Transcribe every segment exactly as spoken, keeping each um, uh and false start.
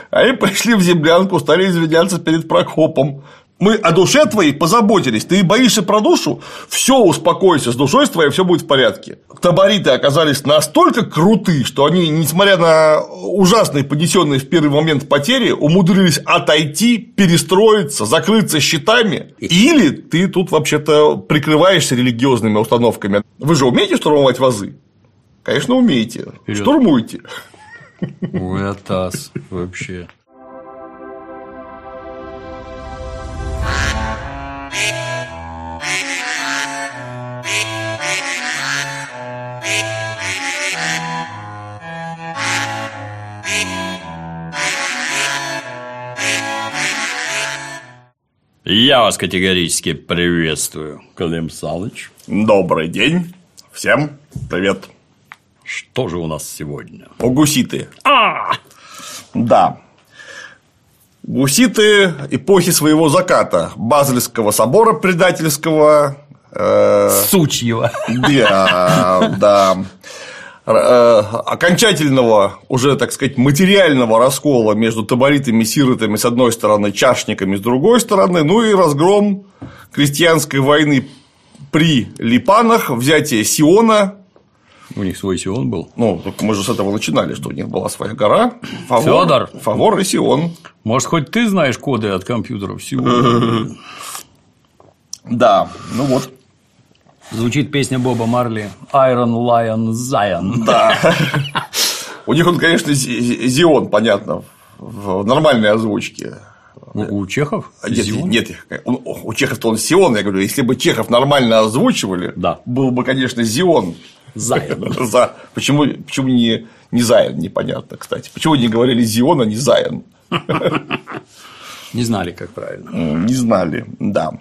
Они пришли в землянку, стали извиняться перед Прокопом. Мы о душе твоей позаботились, ты боишься про душу? Все, успокойся, с душой твоей все будет в порядке. Табориты оказались настолько круты, что они, несмотря на ужасные понесенные в первый момент потери, умудрились отойти, перестроиться, закрыться щитами. Или ты тут вообще-то прикрываешься религиозными установками. Вы же умеете штурмовать вазы? Конечно, умеете. Вперед. Штурмуйте. Ой, атас вообще. Я вас категорически приветствую, Клим Саныч. Добрый день. Всем привет. Что же у нас сегодня? О, гуситы. А! Да. Гуситы эпохи своего заката. Базельского собора предательского. Э... Сучьего. Да, да. Окончательного, уже, так сказать, материального раскола между таборитами и сиротами с одной стороны, чашниками с другой стороны, ну и разгром крестьянской войны при Липанах, взятие Сиона. У них свой Сион был. Ну, только мы же с этого начинали, что у них была своя гора. Фавор, Фёдор. Фавор и Сион. Может, хоть ты знаешь коды от компьютеров Сиона? Да, ну вот. Звучит песня Боба Марли Iron Lion Zion. Да. У них он, конечно, Зион, понятно, в нормальной озвучке. У, у чехов? Нет, нет, он, у чехов-то он Сион, я говорю, если бы чехов нормально озвучивали, да. Был бы, конечно, Зион. Зайон. Почему, почему не, не Зайон, непонятно, кстати. Почему не говорили Зион, а не Зайон? Не знали, как правильно. Не знали, да.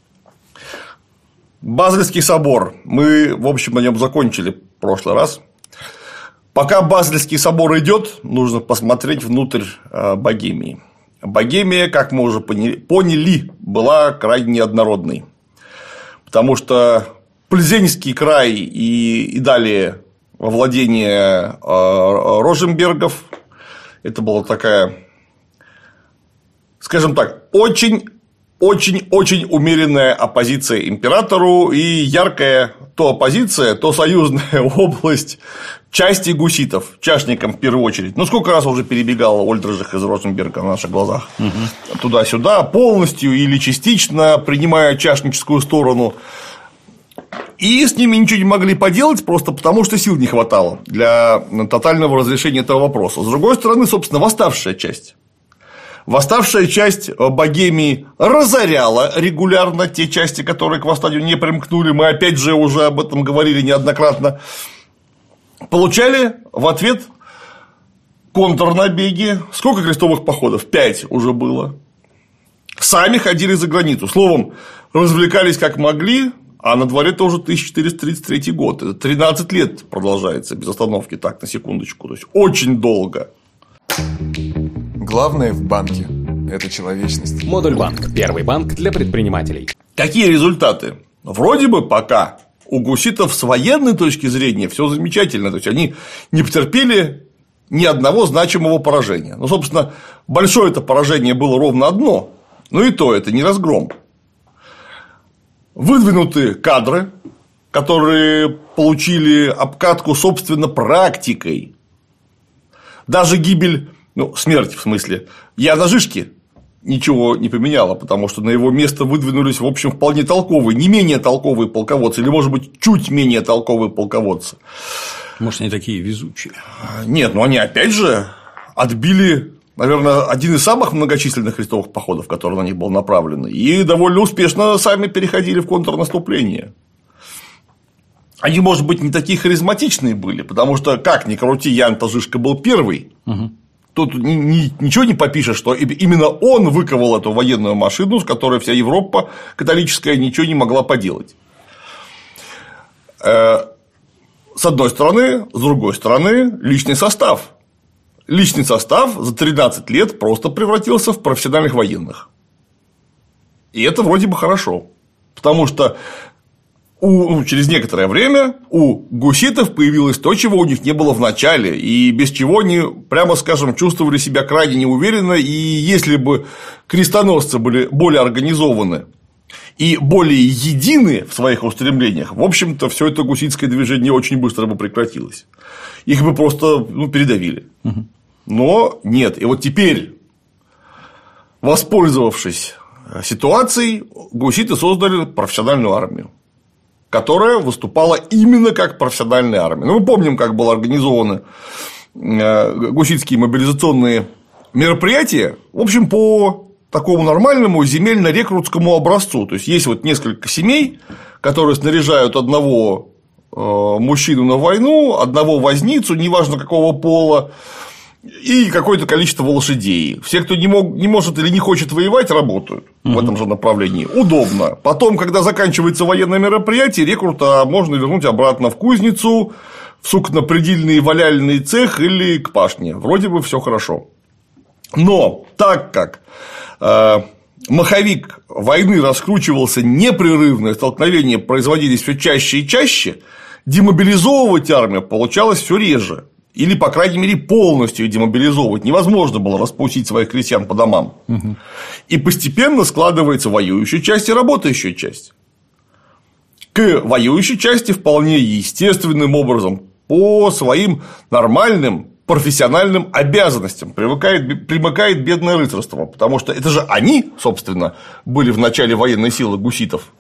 Базельский собор. Мы, в общем, на нем закончили в прошлый раз. Пока Базельский собор идет, нужно посмотреть внутрь Богемии. Богемия, как мы уже поняли, была крайне неоднородной. Потому что Пльзенский край и, и далее во владение Роженбергов. Это была такая, скажем так, очень. Очень-очень умеренная оппозиция императору и яркая то оппозиция, то союзная область части гуситов, чашникам в первую очередь. Ну, сколько раз уже перебегала Ольдрижих из Ротенберга на наших глазах угу. Туда-сюда, полностью или частично принимая чашническую сторону. И с ними ничего не могли поделать, просто потому что сил не хватало для тотального разрешения этого вопроса. С другой стороны, собственно, восставшая часть. Восставшая часть Богемии разоряла регулярно те части, которые к восстанию не примкнули. Мы опять же уже об этом говорили неоднократно. Получали в ответ контрнабеги. Сколько крестовых походов? Пять уже было. Сами ходили за границу. Словом, развлекались как могли. А на дворе-то уже тысяча четыреста тридцать третий год. Это тринадцать лет продолжается без остановки. Так, на секундочку. То есть очень долго. Главное в банке – это человечность. Модуль банк. Первый банк для предпринимателей. Какие результаты? Вроде бы пока у гуситов с военной точки зрения все замечательно. То есть они не потерпели ни одного значимого поражения. Ну, собственно, большое это поражение было ровно одно. Но и то это не разгром. Выдвинуты кадры, которые получили обкатку, собственно, практикой. Даже гибель. Ну, смерть, в смысле, Яна Жишки ничего не поменяла, потому что на его место выдвинулись, в общем, вполне толковые, не менее толковые полководцы, или, может быть, чуть менее толковые полководцы. Может, они такие везучие? Нет, ну они опять же отбили, наверное, один из самых многочисленных крестовых походов, который на них был направлен, и довольно успешно сами переходили в контрнаступление. Они, может быть, не такие харизматичные были, потому что, как ни крути, Ян Жишка был первый. Угу. Тут ничего не попишешь, что именно он выковал эту военную машину, с которой вся Европа католическая ничего не могла поделать. С одной стороны, с другой стороны, личный состав. Личный состав за тринадцать лет просто превратился в профессиональных военных. И это вроде бы хорошо, потому что у, ну, через некоторое время у гуситов появилось то, чего у них не было в начале, и без чего они, прямо скажем, чувствовали себя крайне неуверенно, и если бы крестоносцы были более организованы и более едины в своих устремлениях, в общем-то, все это гуситское движение очень быстро бы прекратилось. Их бы просто ну, передавили. Угу. Но нет. И вот теперь, воспользовавшись ситуацией, гуситы создали профессиональную армию, которая выступала именно как профессиональная армия. Ну, мы помним, как были организованы гуситские мобилизационные мероприятия, в общем, по такому нормальному земельно-рекрутскому образцу. То есть, есть вот несколько семей, которые снаряжают одного мужчину на войну, одного возницу, неважно какого пола, и какое-то количество лошадей. Все, кто не, мог, не может или не хочет воевать, работают угу. в этом же направлении. Удобно. Потом, когда заканчивается военное мероприятие, рекрута можно вернуть обратно в кузницу, в сукнопредельный валяльный цех или к пашне. Вроде бы все хорошо. Но так как э, маховик войны раскручивался непрерывно, столкновения производились все чаще и чаще, демобилизовывать армию получалось все реже. Или, по крайней мере, полностью демобилизовывать. Невозможно было распустить своих крестьян по домам. Угу. И постепенно складывается воюющая часть и работающая часть. К воюющей части вполне естественным образом, по своим нормальным профессиональным обязанностям примыкает, примыкает бедное рыцарство. Потому что это же они, собственно, были в начале военной силы гуситов,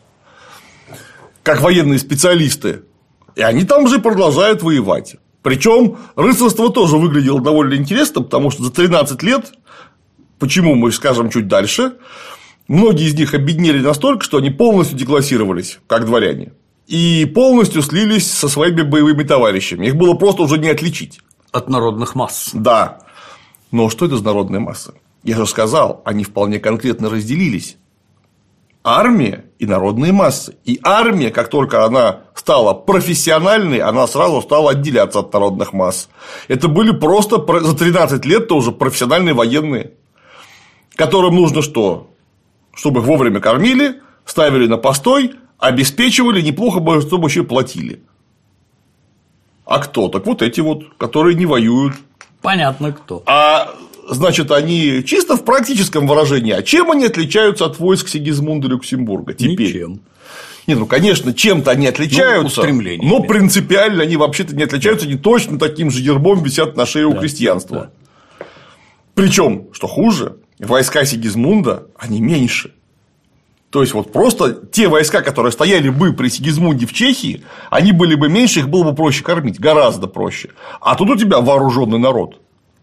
как военные специалисты. И они там же продолжают воевать. Причем рыцарство тоже выглядело довольно интересно, потому что за тринадцать лет, почему мы скажем чуть дальше, многие из них обеднели настолько, что они полностью деклассировались, как дворяне, и полностью слились со своими боевыми товарищами. Их было просто уже не отличить. От народных масс. Да. Но что это за народные массы? Я же сказал, они вполне конкретно разделились. Армия и народные массы. И армия, как только она стала профессиональной, она сразу стала отделяться от народных масс. Это были просто за тринадцать лет тоже профессиональные военные, которым нужно что? Чтобы их вовремя кормили, ставили на постой, обеспечивали, неплохо бы, чтобы еще платили. А кто? Так вот эти вот, которые не воюют. Понятно, кто. А значит, они чисто в практическом выражении. А чем они отличаются от войск Сигизмунда Люксембурга теперь? Ничем. Нет, ну, конечно, чем-то они отличаются, ну, но принципиально они вообще-то не отличаются, они точно таким же гербом висят на шее у да, крестьянства. Да. Причем, что хуже, войска Сигизмунда, они меньше. То есть, вот просто те войска, которые стояли бы при Сигизмунде в Чехии, они были бы меньше, их было бы проще кормить, гораздо проще. А тут у тебя вооруженный народ.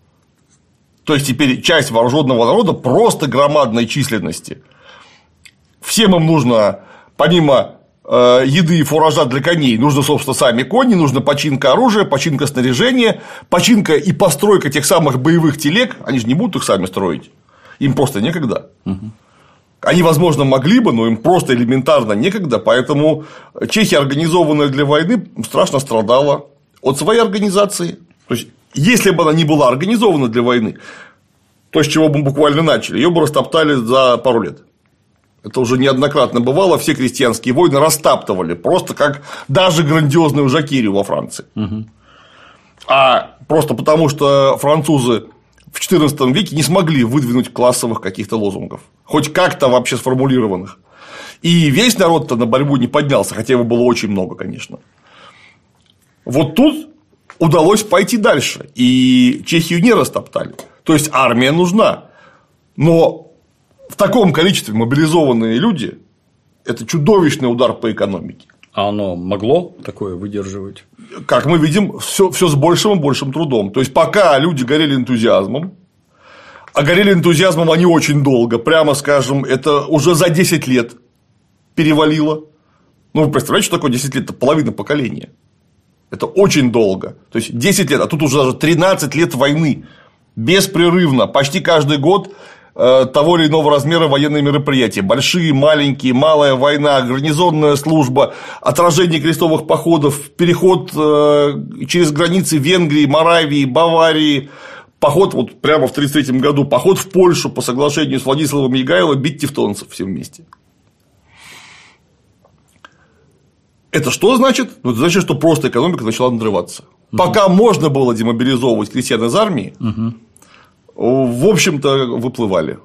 То есть, теперь часть вооруженного народа просто громадной численности. Всем им нужно, помимо э, еды и фуража для коней, нужно, собственно, сами кони, нужно починка оружия, починка снаряжения, починка и постройка тех самых боевых телег. Они же не будут их сами строить. Им просто некогда. Угу. Они, возможно, могли бы, но им просто элементарно некогда. Поэтому Чехия, организованная для войны, страшно страдала от своей организации. То есть, если бы она не была организована для войны, то, с чего бы мы буквально начали, ее бы растоптали за пару лет. Это уже неоднократно бывало, все крестьянские войны растаптывали, просто как даже грандиозную Жакирию во Франции. Угу. А просто потому, что французы в четырнадцатом веке не смогли выдвинуть классовых каких-то лозунгов, хоть как-то вообще сформулированных. И весь народ-то на борьбу не поднялся, хотя его было очень много, конечно. Вот тут удалось пойти дальше, и Чехию не растоптали. То есть армия нужна, но в таком количестве мобилизованные люди – это чудовищный удар по экономике. А оно могло такое выдерживать? Как мы видим, все, все с большим и большим трудом. То есть, пока люди горели энтузиазмом, а горели энтузиазмом они очень долго, прямо скажем, это уже за десять лет перевалило. Ну, вы представляете, что такое десять лет? Это половина поколения. Это очень долго. То есть, десять лет, а тут уже даже тринадцать лет войны. Беспрерывно, почти каждый год того или иного размера военные мероприятия. Большие, маленькие, малая война, гарнизонная служба, отражение крестовых походов, переход через границы Венгрии, Моравии, Баварии, поход вот прямо в тысяча девятьсот тридцать третьем году, поход в Польшу по соглашению с Владиславом Егайло бить тевтонцев все вместе. Это что значит? Ну, это значит, что просто экономика начала надрываться. Угу. Пока можно было демобилизовывать крестьян из армии, угу. в общем-то, выплывали.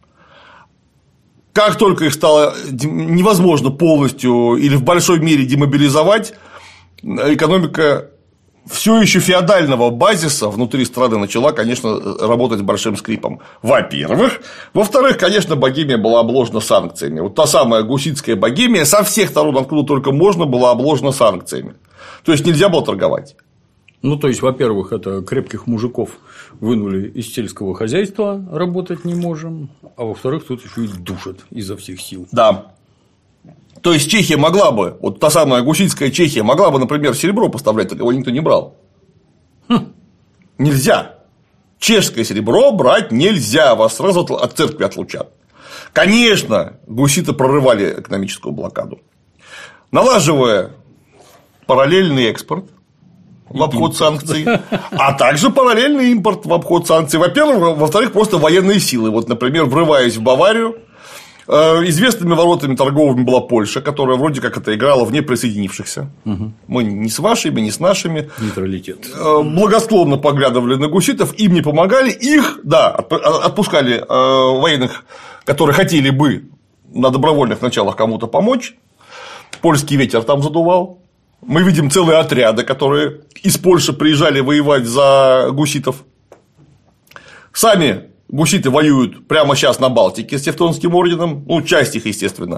Как только их стало невозможно полностью или в большой мере демобилизовать, экономика все еще феодального базиса внутри страны начала, конечно, работать с большим скрипом. Во-первых. Во-вторых, конечно, Богемия была обложена санкциями. Вот та самая гуситская Богемия со всех сторон, откуда только можно, была обложена санкциями. То есть нельзя было торговать. Ну, то есть, во-первых, это крепких мужиков вынули из сельского хозяйства, работать не можем, а во-вторых, тут еще и душат изо всех сил. Да. То есть Чехия могла бы, вот та самая гуситская Чехия могла бы, например, серебро поставлять, так его никто не брал. Хм. Нельзя. Чешское серебро брать нельзя, вас сразу от церкви отлучат. Конечно, гуситы прорывали экономическую блокаду, налаживая параллельный экспорт в обход санкций, а также параллельный импорт в обход санкций. Во-первых, во-вторых, просто военные силы. Вот, например, врываясь в Баварию, известными воротами торговыми была Польша, которая вроде как это играла вне присоединившихся. Угу. Мы не с вашими, не с нашими. Нейтралитет. Благосклонно поглядывали на гуситов, им не помогали, их, да, отпускали военных, которые хотели бы на добровольных началах кому-то помочь. Польский ветер там задувал. Мы видим целые отряды, которые из Польши приезжали воевать за гуситов. Сами гуситы воюют прямо сейчас на Балтике с Тевтонским орденом, ну, часть их, естественно.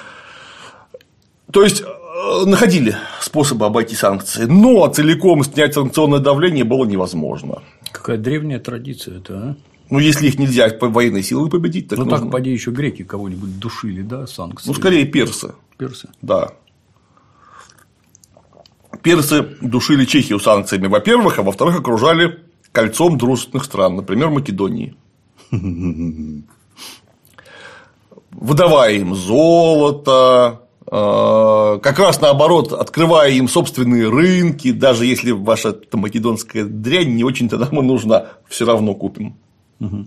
То есть, находили способы обойти санкции, но целиком снять санкционное давление было невозможно. Какая древняя традиция это, а? Ну, если их нельзя военной силой победить, так ну, нужно... так, поди, еще греки кого-нибудь душили, да, санкции? Ну, скорее, персы. Персы? Да. Персы душили Чехию санкциями, во-первых, а во-вторых, окружали кольцом дружественных стран, например, Македонии. Выдавая им золото, как раз наоборот, открывая им собственные рынки, даже если ваша македонская дрянь не очень-то нам и нужна, все равно купим. Угу.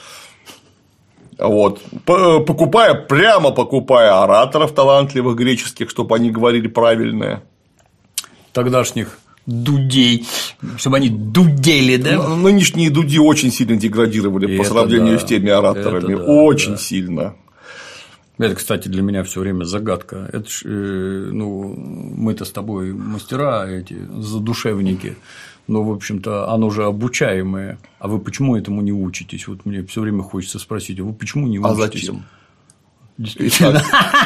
Вот. Покупая, прямо покупая ораторов талантливых греческих, чтобы они говорили правильное. Тогдашних дудей, чтобы они дудели, да? Нынешние дуди очень сильно деградировали и по сравнению да, с теми ораторами. Да, очень да. сильно. Это, кстати, для меня все время загадка. Это ж, э, ну, мы-то с тобой мастера, эти задушевники. Но, в общем-то, оно же обучаемое. А вы почему этому не учитесь? Вот мне все время хочется спросить, а вы почему не учитесь? А зачем? Действительно.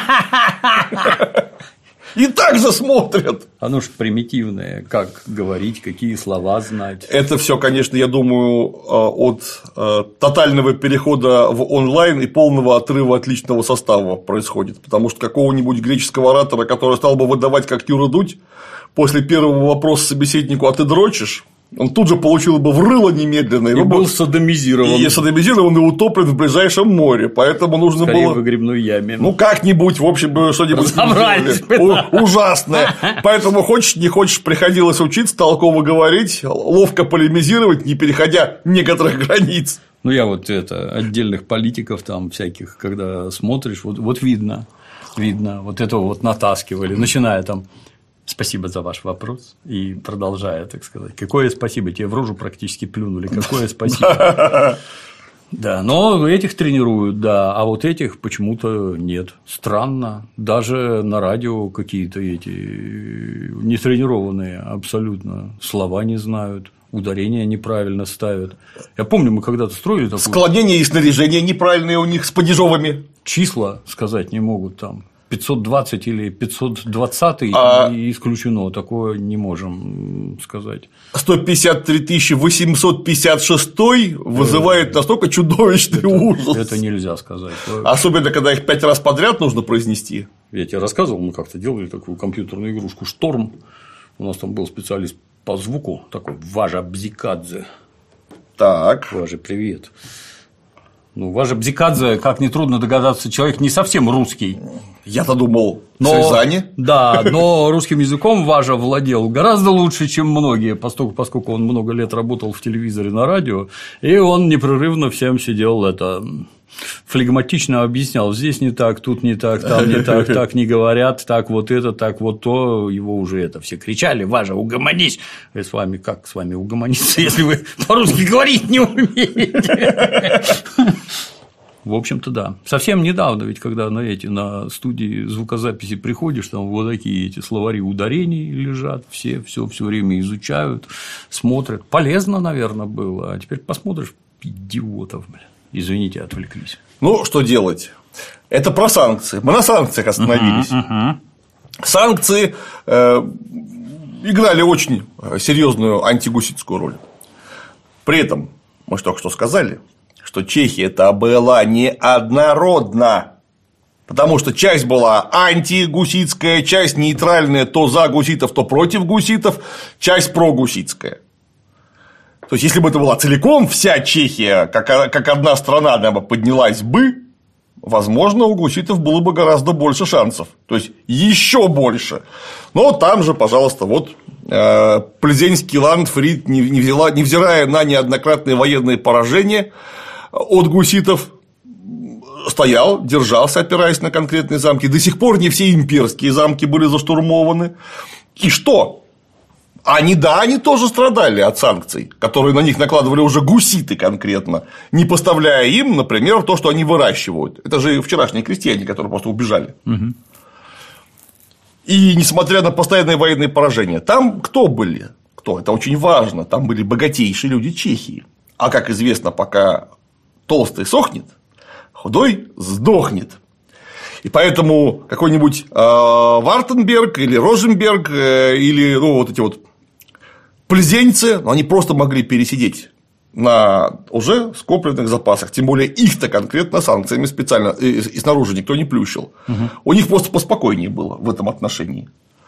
И так же смотрят. Оно же примитивное, как говорить, какие слова знать. Это все, конечно, я думаю, от тотального перехода в онлайн и полного отрыва от личного состава происходит. Потому что какого-нибудь греческого оратора, который стал бы выдавать как Юра Дудь, после первого вопроса собеседнику «а ты дрочишь?», он тут же получил бы в рыло немедленно. И был садомизирован. И садомизирован и утоплен в ближайшем море. Поэтому нужно скорее было. В выгребной яме. Ну, как-нибудь, в общем, что-нибудь разобрались. Ужасное. Поэтому хочешь, не хочешь, приходилось учиться, толково говорить, ловко полемизировать, не переходя некоторых границ. Ну, я вот это отдельных политиков там всяких, когда смотришь, вот, вот видно, видно, вот этого вот натаскивали, начиная там. Спасибо за ваш вопрос. И продолжая, так сказать. Какое спасибо? Тебе в рожу практически плюнули. Какое спасибо? Да, но этих тренируют, да, а вот этих почему-то нет. Странно. Даже на радио какие-то эти нетренированные абсолютно слова не знают. Ударения неправильно ставят. Я помню, мы когда-то строили такое. Склонение и снаряжение неправильные у них с падежовыми. Числа сказать не могут там. пятьсот двадцать или пятьсот двадцать а... исключено, такое не можем сказать. сто пятьдесят три тысячи восемьсот пятьдесят шесть вызывает это... настолько чудовищный это... ужас. Это нельзя сказать. Особенно, когда их пять раз подряд нужно произнести. Я тебе рассказывал, мы как-то делали такую компьютерную игрушку «Шторм». У нас там был специалист по звуку, такой Важа Бзикадзе. Так. Важа, привет. Ну, Важа Бзикадзе, как нетрудно догадаться, человек не совсем русский. Я-то думал, но, с Рязани. Да, но русским языком Важа владел гораздо лучше, чем многие, поскольку, поскольку он много лет работал в телевизоре, на радио, и он непрерывно всем сидел это флегматично объяснял, здесь не так, тут не так, там не так, так не говорят, так вот это, так вот то, его уже это все кричали, Важа, угомонись, и с вами как с вами угомониться, если вы по-русски говорить не умеете? В общем-то, да. Совсем недавно, ведь когда на эти на студии звукозаписи приходишь, там вот такие эти словари ударений лежат, все все все время изучают, смотрят. Полезно, наверное, было. А теперь посмотришь, идиотов, блин. Извините, отвлеклись. Ну, что делать? Это про санкции. Мы на санкциях остановились. Uh-huh, uh-huh. Санкции э, играли очень серьезную антигуситскую роль. При этом, мы же только что сказали, что Чехия-то была неоднородна, потому что часть была антигуситская, часть нейтральная, то за гуситов, то против гуситов, часть прогуситская. То есть, если бы это была целиком вся Чехия, как, как одна страна, она бы поднялась бы, возможно, у гуситов было бы гораздо больше шансов. То есть, еще больше. Но там же, пожалуйста, вот э, Пльзенский Ландфрид, не, не взяла, невзирая на неоднократные военные поражения от гуситов, стоял, держался, опираясь на конкретные замки. До сих пор не все имперские замки были заштурмованы. И что? Они, да, они тоже страдали от санкций, которые на них накладывали уже гуситы конкретно, не поставляя им, например, то, что они выращивают. Это же вчерашние крестьяне, которые просто убежали. Угу. И несмотря на постоянные военные поражения, там кто были? Кто? Это очень важно. Там были богатейшие люди Чехии. А как известно, пока толстый сохнет, худой сдохнет. И поэтому какой-нибудь э, Вартенберг или Роженберг э, или ну, вот эти вот пльзенцы, они просто могли пересидеть на уже скопленных запасах. Тем более их-то конкретно санкциями специально и, и снаружи никто не плющил. Угу. У них просто поспокойнее было в этом отношении.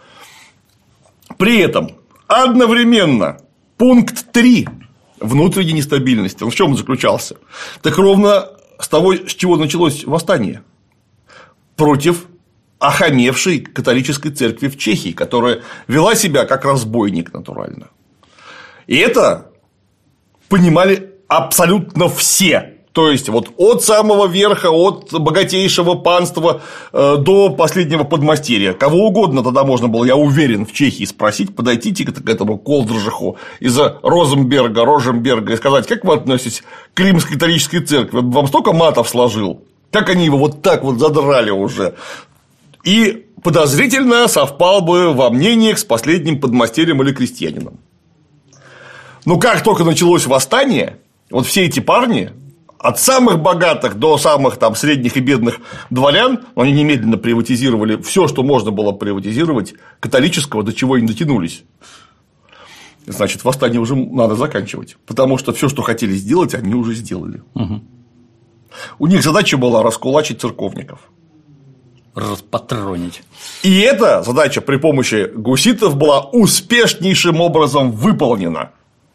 При этом одновременно пункт три внутренней нестабильности. Он в чем заключался? Так ровно с того, с чего началось восстание. Против охамевшей католической церкви в Чехии, которая вела себя как разбойник натурально. И это понимали абсолютно все. То есть, вот от самого верха, от богатейшего панства э, до последнего подмастерья. Кого угодно тогда можно было, я уверен, в Чехии спросить, подойти к этому Колдржиху из-за Розенберга, Роженберга и сказать, как вы относитесь к Римской католической церкви? Вам столько матов сложил? Как они его вот так вот задрали уже? И подозрительно совпал бы во мнениях с последним подмастерьем или крестьянином. Но как только началось восстание, вот все эти парни, от самых богатых до самых там средних и бедных дворян, они немедленно приватизировали все, что можно было приватизировать, католического, до чего они дотянулись. Значит, восстание уже надо заканчивать, потому что все, что хотели сделать, они уже сделали. Угу. У них задача была раскулачить церковников. Распатронить. И эта задача при помощи гуситов была успешнейшим образом выполнена.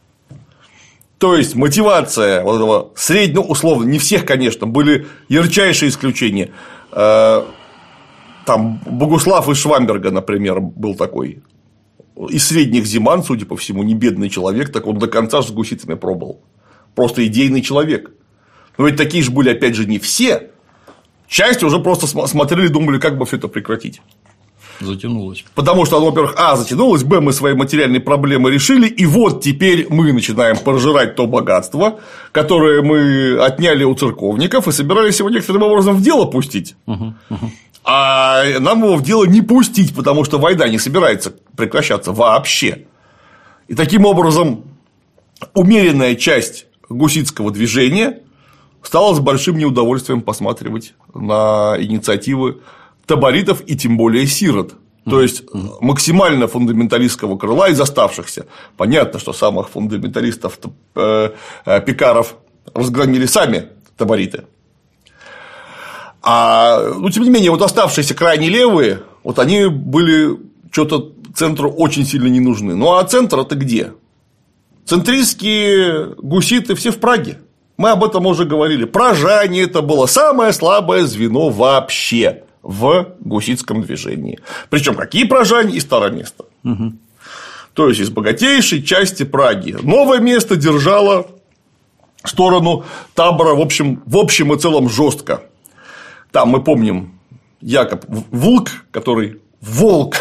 То есть мотивация вот этого среднего, условно, не всех, конечно, были ярчайшие исключения. Там Богуслав из Швамберга, например, был такой. Из средних зиман, судя по всему, не бедный человек, так он до конца с гуситами пробовал. Просто идейный человек. Но ведь такие же были, опять же, не все. Часть уже просто смотрели и думали, как бы все это прекратить. Затянулось. Потому что, во-первых, а, затянулось, б, мы свои материальные проблемы решили, и вот теперь мы начинаем пожирать то богатство, которое мы отняли у церковников и собирались его некоторым образом в дело пустить. Угу, угу. А нам его в дело не пустить, потому что война не собирается прекращаться вообще. И таким образом умеренная часть гуситского движения стала с большим неудовольствием посматривать на инициативы таборитов и тем более сирот. То есть максимально фундаменталистского крыла из оставшихся. Понятно, что самых фундаменталистов пикаров разгромили сами табориты. А, ну, тем не менее, вот оставшиеся крайне левые, вот они были что-то центру очень сильно не нужны. Ну а центр это где? Центристские гуситы все в Праге. Мы об этом уже говорили. Пражане это было самое слабое звено вообще в гуситском движении. Причем какие пражане и старое место. Угу. То есть из богатейшей части Праги. Новое место держало сторону табора, в общем, в общем и целом жестко. Там мы помним Якоб Вулк, который волк,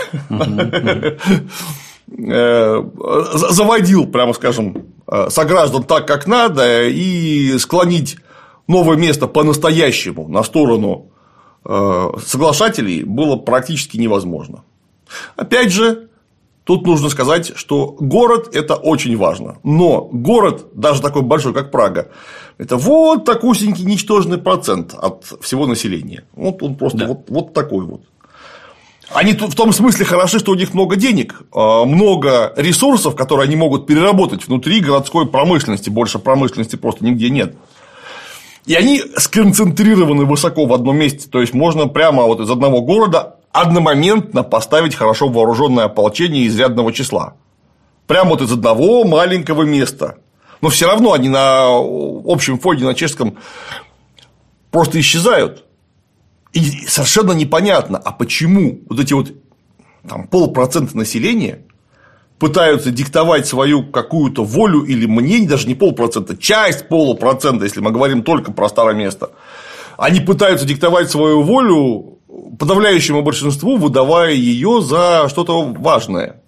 заводил, прямо скажем, сограждан так, как надо, и склонить новое место по-настоящему на сторону соглашателей было практически невозможно. Опять же, тут нужно сказать, что город – это очень важно. Но город, даже такой большой, как Прага, это вот такусенький ничтожный процент от всего населения. Вот он просто да. вот, вот такой вот. Они в том смысле хороши, что у них много денег, много ресурсов, которые они могут переработать внутри городской промышленности. Больше промышленности просто нигде нет. И они сконцентрированы высоко в одном месте. То есть можно прямо вот из одного города одномоментно поставить хорошо вооруженное ополчение изрядного числа. Прямо вот из одного маленького места. Но все равно они на общем фоне, на чешском, просто исчезают. И совершенно непонятно, а почему вот эти вот там, полпроцента населения пытаются диктовать свою какую-то волю или мнение, даже не полпроцента, часть полупроцента, если мы говорим только про старое место. Они пытаются диктовать свою волю подавляющему большинству, выдавая ее за что-то важное.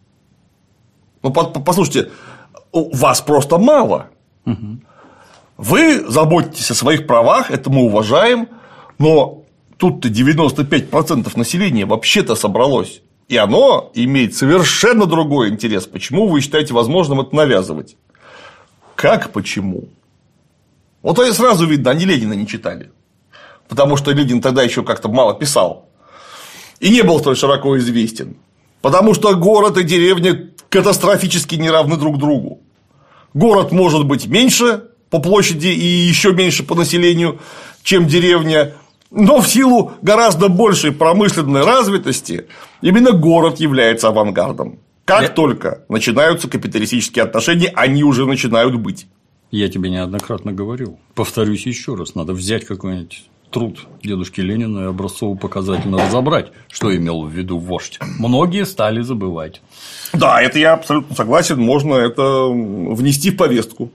Ну, послушайте, вас просто мало. Угу. Вы заботитесь о своих правах, это мы уважаем, но тут-то девяносто пять процентов населения вообще-то собралось. И оно имеет совершенно другой интерес. Почему вы считаете возможным это навязывать? Как почему? Вот это сразу видно, они Ленина не читали. Потому что Ленин тогда еще как-то мало писал. И не был столь широко известен. Потому что город и деревня катастрофически не равны друг другу. Город может быть меньше по площади и еще меньше по населению, чем деревня. Но в силу гораздо большей промышленной развитости именно город является авангардом. Как Я... только начинаются капиталистические отношения, они уже начинают быть. Я тебе неоднократно говорил. Повторюсь еще раз, надо взять какой-нибудь труд дедушки Ленина и образцово-показательно разобрать, что имел в виду вождь. Многие стали забывать. Да, это я абсолютно согласен, можно это внести в повестку.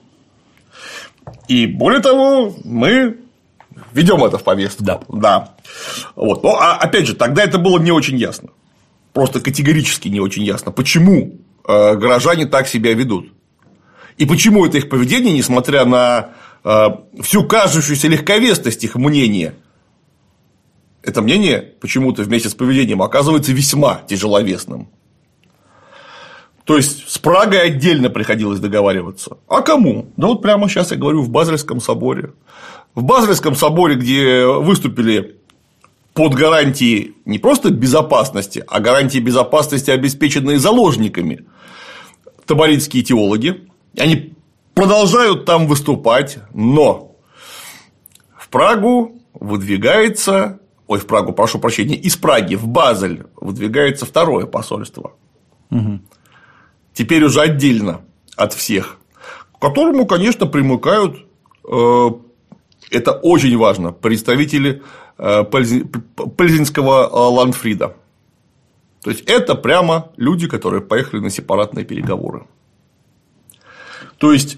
И более того, мы ведем это в повестку. Да. Да. Вот. Но, а, опять же, тогда это было не очень ясно. Просто категорически не очень ясно, почему э, горожане так себя ведут. И почему это их поведение, несмотря на э, всю кажущуюся легковесность их мнения, это мнение почему-то вместе с поведением оказывается весьма тяжеловесным. То есть с Прагой отдельно приходилось договариваться. А кому? Да вот прямо сейчас я говорю в Базельском соборе. В Базельском соборе, где выступили под гарантией не просто безопасности, а гарантии безопасности, обеспеченные заложниками, таборитские теологи, они продолжают там выступать, но в Прагу выдвигается, ой, в Прагу, прошу прощения, из Праги в Базель выдвигается второе посольство. Угу. Теперь уже отдельно от всех, к которому, конечно, примыкают, это очень важно, представители Пельзинского ландфрида. То есть это прямо люди, которые поехали на сепаратные переговоры. То есть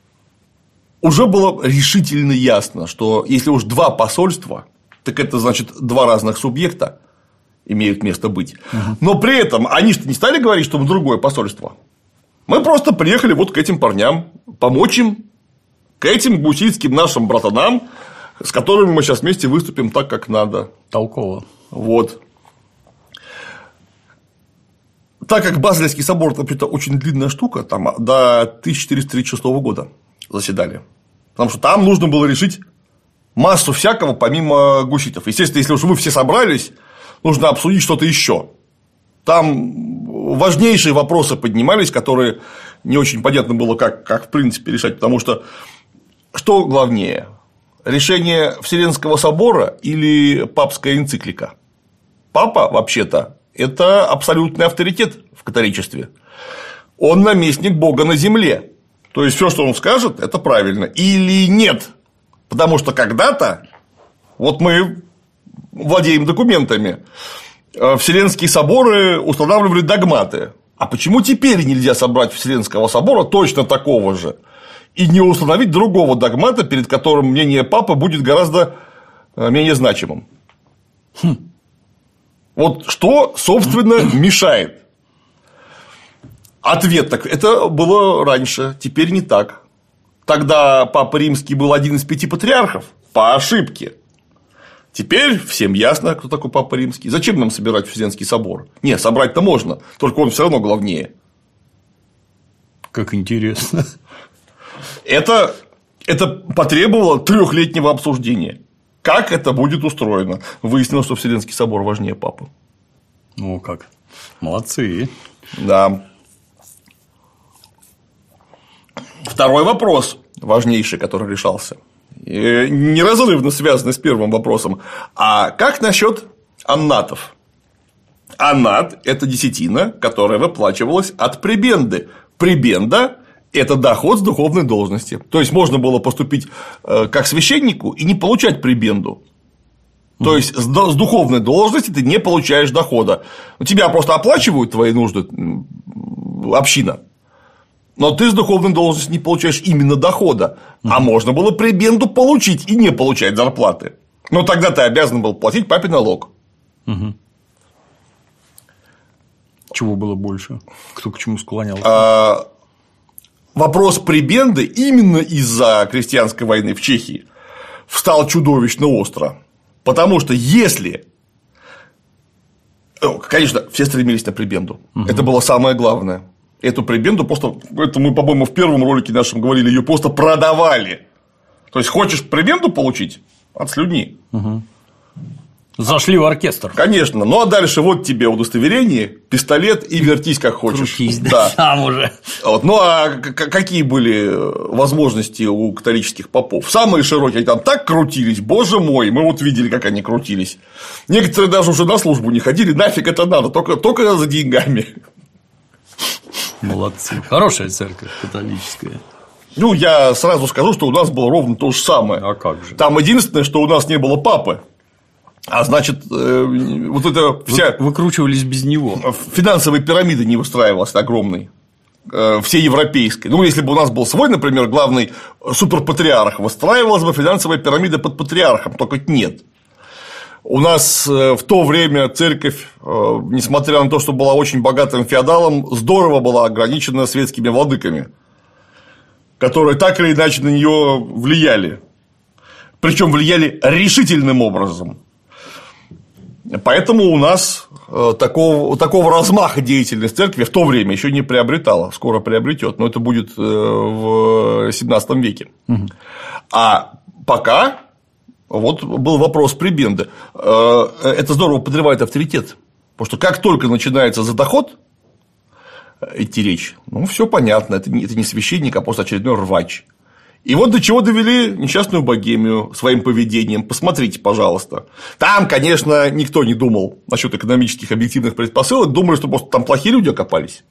уже было решительно ясно, что если уж два посольства, так это значит два разных субъекта имеют место быть. Угу. Но при этом они что не стали говорить, что мы другое посольство. Мы просто приехали вот к этим парням, помочь им, к этим гуситским нашим братанам, с которыми мы сейчас вместе выступим так, как надо. Толково. Вот. Так как Базельский собор, это очень длинная штука, там до тысяча четыреста тридцать шестого года заседали. Потому что там нужно было решить массу всякого помимо гуситов. Естественно, если уж вы все собрались, нужно обсудить что-то еще. Там важнейшие вопросы поднимались, которые не очень понятно было, как, как в принципе решать. Потому что что главнее? Решение Вселенского собора или папская энциклика? Папа, вообще-то, это абсолютный авторитет в католичестве. Он наместник Бога на земле. То есть все, что он скажет, это правильно. Или нет. Потому что когда-то, вот мы владеем документами, Вселенские соборы устанавливали догматы. А почему теперь нельзя собрать Вселенского собора точно такого же и не установить другого догмата, перед которым мнение папы будет гораздо менее значимым. Хм. Вот что, собственно, мешает? Ответ так: это было раньше, теперь не так. Тогда Папа Римский был один из пяти патриархов по ошибке. Теперь всем ясно, кто такой Папа Римский. Зачем нам собирать Вселенский собор? Не, собрать-то можно, только он все равно главнее. Как интересно. Это, это потребовало трехлетнего обсуждения. Как это будет устроено? Выяснилось, что Вселенский собор важнее папы. Ну как? Молодцы. Да. Второй вопрос, важнейший, который решался, неразрывно связанный с первым вопросом. А как насчет аннатов? Аннат – это десятина, которая выплачивалась от пребенды. Пребенда – это доход с духовной должности. То есть можно было поступить как священнику и не получать пребенду. То есть с духовной должности ты не получаешь дохода. У тебя просто оплачивают твои нужды община. Но ты с духовной должности не получаешь именно дохода. А можно было пребенду получить и не получать зарплаты. Но тогда ты обязан был платить папе налог. Угу. Чего было больше? Кто к чему склонялся? А, вопрос пребенды именно из-за крестьянской войны в Чехии встал чудовищно остро. Потому что если. Конечно, все стремились на пребенду. Угу. Это было самое главное. Эту пребенду просто, это мы, по-моему, в первом ролике нашем говорили, ее просто продавали. То есть хочешь пребенду получить? Отслюни. Угу. Зашли в оркестр. Конечно. Ну а дальше вот тебе удостоверение, пистолет и вертись как хочешь. Крутись, да. Сам уже. Вот. Ну а какие были возможности у католических попов? Самые широкие, они там так крутились, боже мой, мы вот видели, как они крутились. Некоторые даже уже на службу не ходили, нафиг это надо, только, только за деньгами. Молодцы. Хорошая церковь католическая. Ну, я сразу скажу, что у нас было ровно то же самое. А как же? Там единственное, что у нас не было папы. А значит, вот это вся. Вы, выкручивались без него. Финансовая пирамида не выстраивалась огромной. Всей европейской. Ну, если бы у нас был свой, например, главный суперпатриарх, выстраивалась бы финансовая пирамида под патриархом, только нет. У нас в то время церковь, несмотря на то, что была очень богатым феодалом, здорово была ограничена светскими владыками, которые так или иначе на нее влияли. Причем влияли решительным образом. Поэтому у нас такого, такого размаха деятельность церкви в то время еще не приобретала, скоро приобретет, но это будет в семнадцатом веке. Угу. А пока. Вот был вопрос пребенды. Это здорово подрывает авторитет. Потому что как только начинается за доход идти речь, ну, все понятно, это не, это не священник, а просто очередной рвач. И вот до чего довели несчастную Богемию своим поведением. Посмотрите, пожалуйста. Там, конечно, никто не думал насчет экономических объективных предпосылок, думали, что просто там плохие люди окопались.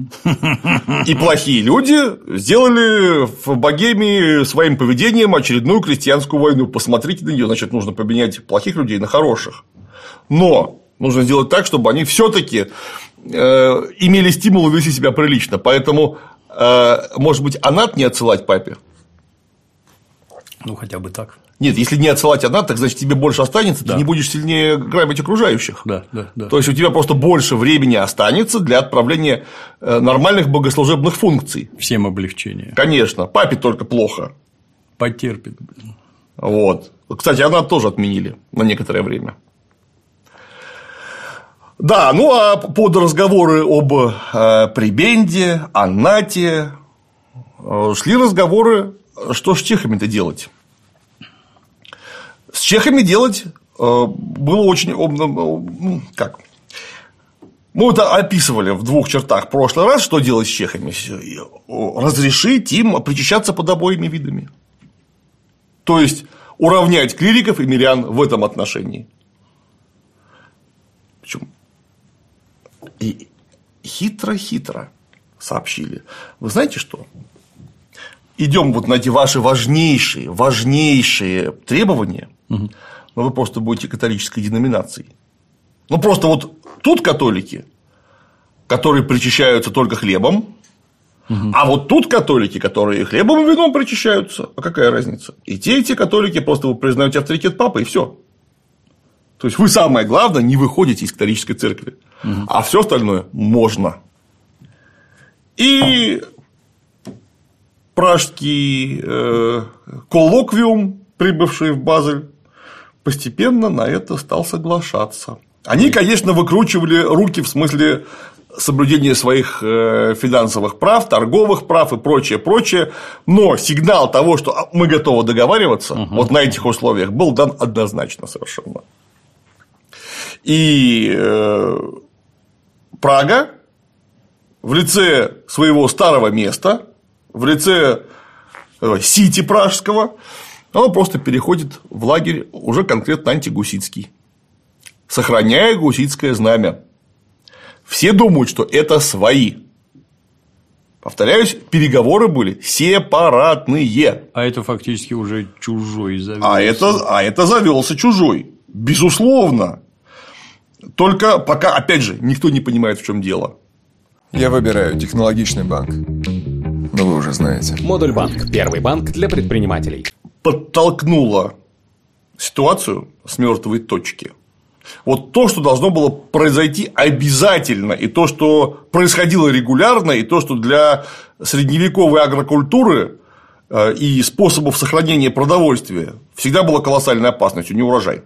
И плохие люди сделали в Богемии своим поведением очередную крестьянскую войну. Посмотрите на нее, значит, нужно поменять плохих людей на хороших. Но нужно сделать так, чтобы они все-таки э, имели стимул вести себя прилично. Поэтому, э, может быть, анат не отсылать папе. Ну, хотя бы так. Нет, если не отсылать анат, так значит тебе больше останется, да. Ты не будешь сильнее грабить окружающих. Да, да, да. То есть у тебя просто больше времени останется для отправления нормальных богослужебных функций. Всем облегчение. Конечно. Папе только плохо. Потерпит. Вот. Кстати, анат тоже отменили на некоторое время. Да, ну а под разговоры об пребенде, аннате шли разговоры. Что с чехами-то делать? С чехами делать было очень. Ну, как? Мы это описывали в двух чертах в прошлый раз, что делать с чехами. Разрешить им причащаться под обоими видами. То есть уравнять клириков и мирян в этом отношении. Причем и хитро-хитро сообщили. Вы знаете что? Идем вот на эти ваши важнейшие, важнейшие требования, угу. Но вы просто будете католической деноминацией. Ну, просто вот тут католики, которые причащаются только хлебом, Угу. А вот тут католики, которые хлебом и вином причащаются, а какая разница? И те, и те католики, просто вы признаете авторитет папы, и все. То есть вы, самое главное, не выходите из католической церкви, угу. а все остальное можно. И пражский э, коллоквиум, прибывший в Базель, постепенно на это стал соглашаться. Они, конечно, выкручивали руки в смысле соблюдения своих финансовых прав, торговых прав и прочее, прочее, но сигнал того, что мы готовы договариваться, угу. вот на этих условиях, был дан однозначно совершенно. И э, Прага в лице своего старого места, в лице э, Сити Пражского, она просто переходит в лагерь уже конкретно антигуситский, сохраняя гуситское знамя. Все думают, что это свои. Повторяюсь, переговоры были сепаратные. А это фактически уже чужой завелся. А это, а это завелся чужой. Безусловно. Только пока, опять же, никто не понимает, в чем дело. Я выбираю технологичный банк. Ну, вы уже знаете. Модуль банк. Первый банк для предпринимателей. Подтолкнуло ситуацию с мертвой точки. Вот то, что должно было произойти обязательно, и то, что происходило регулярно, и то, что для средневековой агрокультуры и способов сохранения продовольствия всегда была колоссальной опасностью – неурожай.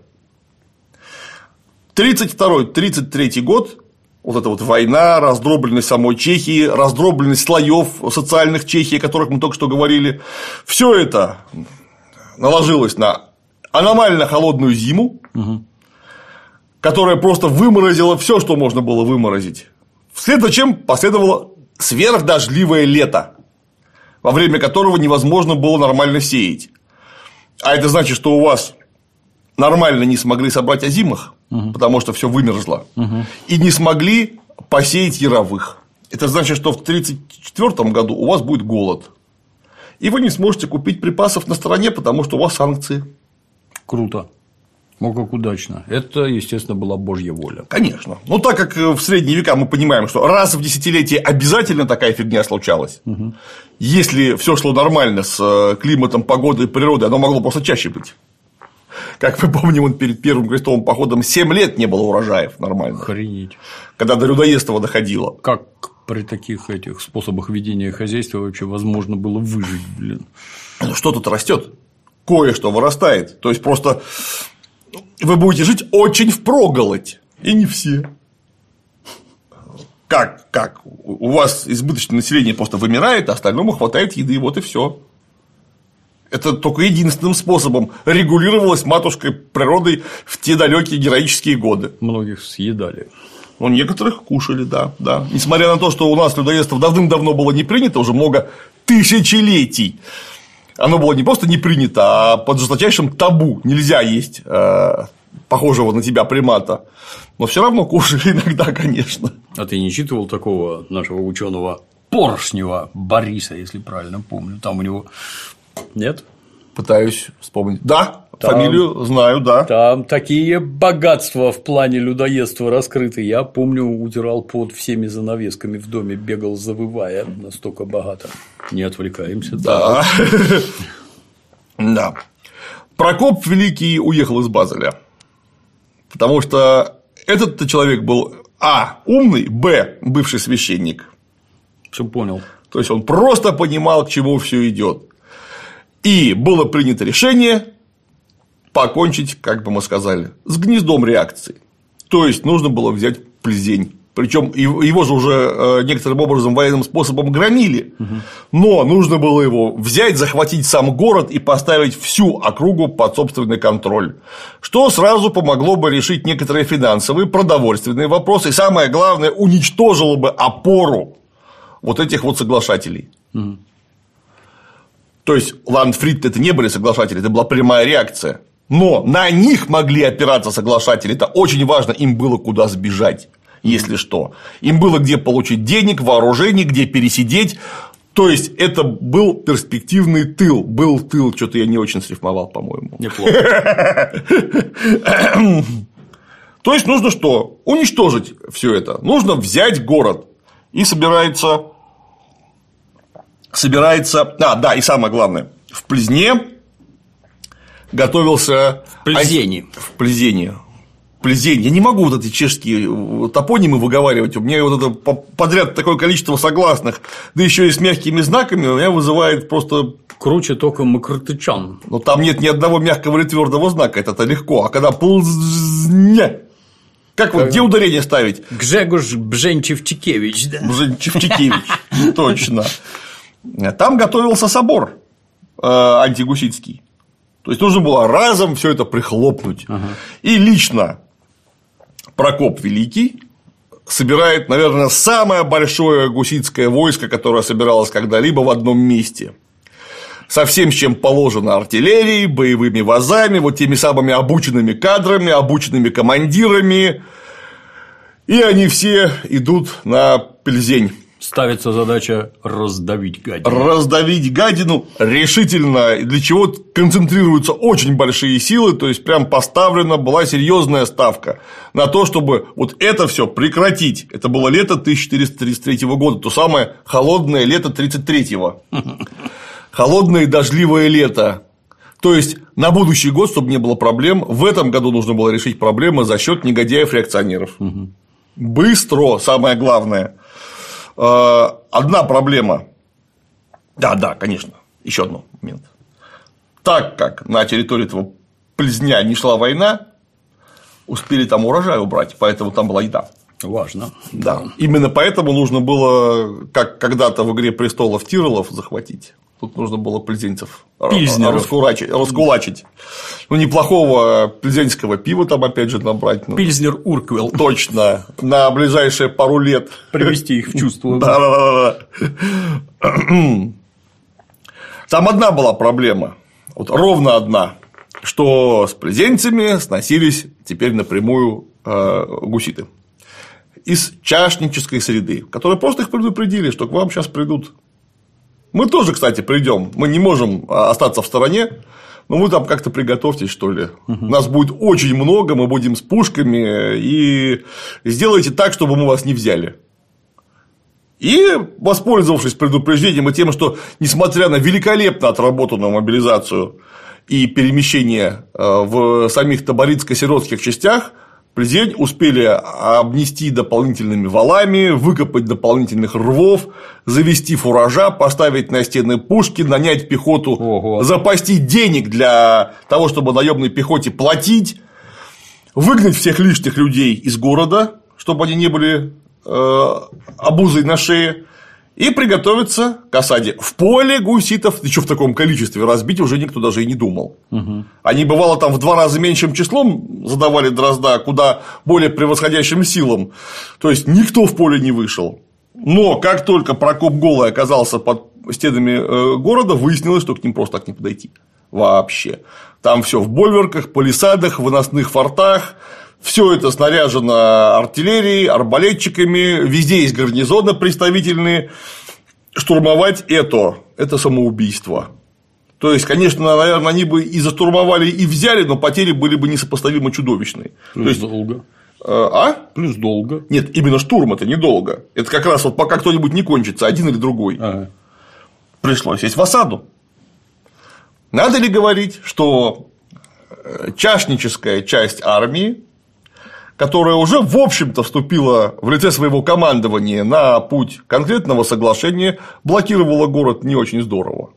тридцать второй — тридцать третий год, вот эта вот война, раздробленность самой Чехии, раздробленность слоев социальных Чехии, о которых мы только что говорили, все это наложилось на аномально холодную зиму, угу. которая просто выморозила все, что можно было выморозить. Вслед за чем последовало сверхдождливое лето, во время которого невозможно было нормально сеять. А это значит, что у вас нормально не смогли собрать озимых, угу. потому что все вымерзло, угу. и не смогли посеять яровых. Это значит, что в тридцать четвёртом году у вас будет голод. И вы не сможете купить припасов на стороне, потому что у вас санкции. Круто. Ну, как удачно. Это, естественно, была Божья воля. Конечно. Ну, так как в средние века мы понимаем, что раз в десятилетие обязательно такая фигня случалась, угу. если все шло нормально с климатом, погодой, природой, оно могло просто чаще быть. Как мы помним, он перед первым крестовым походом семь лет не было урожаев нормально. Охренеть. Когда до людоедства доходило. Как при таких этих способах ведения хозяйства вообще возможно было выжить, блин? Ну, что тут растет? Кое-что вырастает. То есть просто вы будете жить очень впроголодь. И не все. Как? Как? У вас избыточное население просто вымирает, а остальному хватает еды, вот и все. Это только единственным способом регулировалось матушкой природой в те далекие героические годы. Многих съедали. Ну, некоторых кушали, да, да. Несмотря на то, что у нас людоедство давным-давно было не принято, уже много тысячелетий. Оно было не просто не принято, а под жесточайшим табу. Нельзя есть э, похожего на тебя примата. Но все равно кушали иногда, конечно. А ты не читывал такого нашего ученого Поршнева Бориса, если правильно помню? Там у него. Нет? Пытаюсь вспомнить. Да, там, фамилию знаю, да. Там такие богатства в плане людоедства раскрыты. Я помню, утирал под всеми занавесками в доме, бегал завывая, настолько богато. Не отвлекаемся. Да. Да. Прокоп Великий уехал из Базеля. Потому что этот человек был а. умный, б. бывший священник. Все понял. То есть он просто понимал, к чему все идет. И было принято решение покончить, как бы мы сказали, с гнездом реакции. То есть нужно было взять Пльзень. Причем его же уже некоторым образом военным способом громили. Угу. Но нужно было его взять, захватить сам город и поставить всю округу под собственный контроль. Что сразу помогло бы решить некоторые финансовые, продовольственные вопросы. И самое главное, уничтожило бы опору вот этих вот соглашателей. Угу. То есть Ландфрид это не были соглашатели, это была прямая реакция. Но на них могли опираться соглашатели. Это очень важно, им было куда сбежать, если что. Им было где получить денег, вооружение, где пересидеть. То есть это был перспективный тыл. Был тыл, что-то я не очень срифмовал, по-моему. Неплохо. То есть нужно что? Уничтожить все это. Нужно взять город. И собирается собирается… А, да, и самое главное, в Плезне готовился… В Плезене. В Плезене. Плезень. Я не могу вот эти чешские топонимы выговаривать. У меня вот это подряд такое количество согласных, да еще и с мягкими знаками, у меня вызывает просто… Круче только Макротычан. Но там нет ни одного мягкого или твердого знака, это легко. А когда Плзня… Как вот, где ударение ставить? Гжегош Бженчевчикевич, да? Бженчевчикевич, точно. Там готовился собор антигуситский. То есть нужно было разом все это прихлопнуть. Ага. И лично Прокоп Великий собирает, наверное, самое большое гуситское войско, которое собиралось когда-либо в одном месте. Со всем, с чем положено артиллерией, боевыми вазами, вот теми самыми обученными кадрами, обученными командирами. И они все идут на Плезень. Ставится задача раздавить гадину. Раздавить гадину решительно, для чего концентрируются очень большие силы, то есть прям поставлена была серьезная ставка на то, чтобы вот это все прекратить. Это было лето тысяча четыреста тридцать третьего года, то самое холодное лето тридцать третьего. Холодное и дождливое лето. То есть на будущий год, чтобы не было проблем, в этом году нужно было решить проблемы за счет негодяев-реакционеров. Угу. Быстро, самое главное. Одна проблема. Да, да, конечно. Еще один момент. Так как на территории этого Плезня не шла война, успели там урожай убрать, поэтому там была еда. Важно. Да. Именно поэтому нужно было, как когда-то в «Игре престолов» Тиролов захватить. Тут нужно было плезенцев раскулачить, раскулачить. Ну, неплохого плезенского пива там, опять же, набрать. Ну, Пильзнер Урквилл. Точно. На ближайшие пару лет. Привести их в чувство. Да, да, да. Там одна была проблема. Вот ровно одна. Что с плезенцами сносились теперь напрямую гуситы. Из чашнической среды, которые просто их предупредили, что к вам сейчас придут. Мы тоже, кстати, придем. Мы не можем остаться в стороне, но вы там как-то приготовьтесь, что ли. Угу. Нас будет очень много, мы будем с пушками, и сделайте так, чтобы мы вас не взяли. И, воспользовавшись предупреждением и тем, что, несмотря на великолепно отработанную мобилизацию и перемещение в самих таборицко-сиротских частях, Плезень успели обнести дополнительными валами, выкопать дополнительных рвов, завести фуража, поставить на стены пушки, нанять пехоту, Ого. запастить денег для того, чтобы наемной пехоте платить, выгнать всех лишних людей из города, чтобы они не были э, обузой на шее, и приготовиться к осаде. В поле гуситов, еще в таком количестве, разбить уже никто даже и не думал. Угу. Они, бывало, там в два раза меньшим числом задавали дрозда, куда более превосходящим силам. То есть никто в поле не вышел. Но как только Прокоп Голый оказался под стенами города, выяснилось, что к ним просто так не подойти. Вообще. Там все в больверках, палисадах, выносных фортах. Все это снаряжено артиллерией, арбалетчиками, везде есть гарнизоны представительные. Штурмовать это – это самоубийство. То есть, конечно, наверное, они бы и заштурмовали, и взяли, но потери были бы несопоставимо чудовищные. Плюс То есть, долго. А? Плюс долго. Нет, именно штурм – это недолго. Это как раз вот пока кто-нибудь не кончится, один или другой. Ага. Пришлось сесть в осаду. Надо ли говорить, что чашническая часть армии, которая уже, в общем-то, вступила в лице своего командования на путь конкретного соглашения, блокировала город не очень здорово.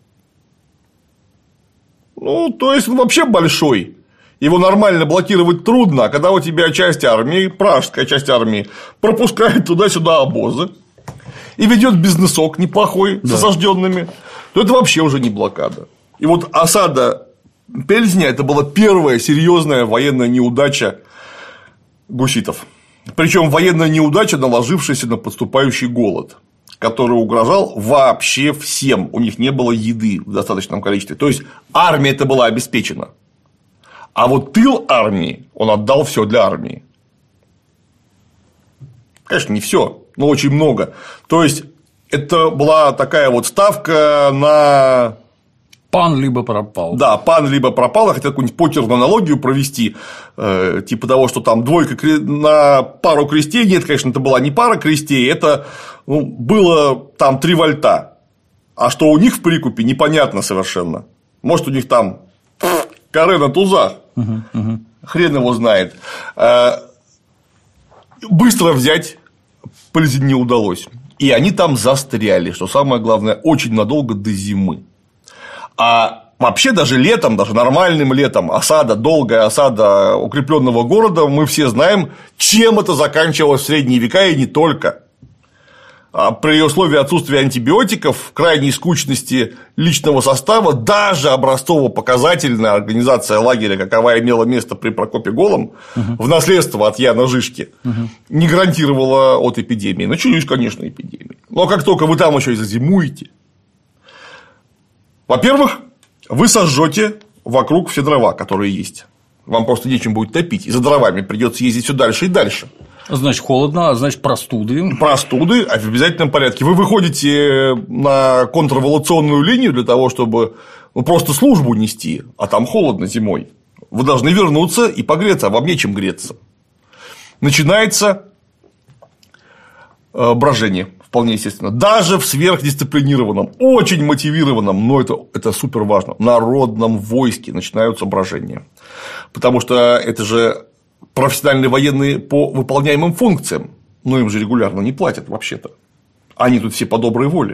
Ну, то есть, он вообще большой. Его нормально блокировать трудно, а когда у тебя часть армии, пражская часть армии, пропускает туда-сюда обозы и ведет бизнесок неплохой да. с осажденными, то это вообще уже не блокада. И вот осада Плезня – это была первая серьезная военная неудача гуситов. Причем военная неудача, наложившаяся на подступающий голод, который угрожал вообще всем. У них не было еды в достаточном количестве. То есть армия это была обеспечена. А вот тыл армии он отдал все для армии. Конечно, не все, но очень много. То есть это была такая вот ставка на. Пан либо пропал. Да, пан либо пропал. Я хотел какую-нибудь покерную аналогию провести, э, типа того, что там двойка на пару крестей. Нет, конечно, это была не пара крестей, это ну, было там три вольта. А что у них в прикупе, непонятно совершенно. Может, у них там каре на тузах. Угу, угу. Хрен его знает. Быстро взять Пльзень не удалось. И они там застряли, что самое главное, очень надолго до зимы. А вообще даже летом, даже нормальным летом, осада, долгая осада укрепленного города, мы все знаем, чем это заканчивалось в средние века и не только. А при условии отсутствия антибиотиков, крайней скучности личного состава, даже образцово-показательная организация лагеря, какова имела место при Прокопе Голом, угу. в наследство от Яна Жишки, угу. не гарантировала от эпидемии. Начались, конечно, эпидемии. Но как только вы там еще и зазимуете, во-первых, вы сожжете вокруг все дрова, которые есть. Вам просто нечем будет топить, и за дровами придется ездить все дальше и дальше. Значит, холодно, а значит, простуды. Простуды в обязательном порядке. Вы выходите на контрреволюционную линию для того, чтобы ну, просто службу нести, а там холодно зимой. Вы должны вернуться и погреться, а вам нечем греться. Начинается брожение, вполне естественно. Даже в сверхдисциплинированном, очень мотивированном, но это, это супер важно, народном войске начинаются брожения. Потому что это же профессиональные военные по выполняемым функциям, но им же регулярно не платят вообще-то. Они тут все по доброй воле.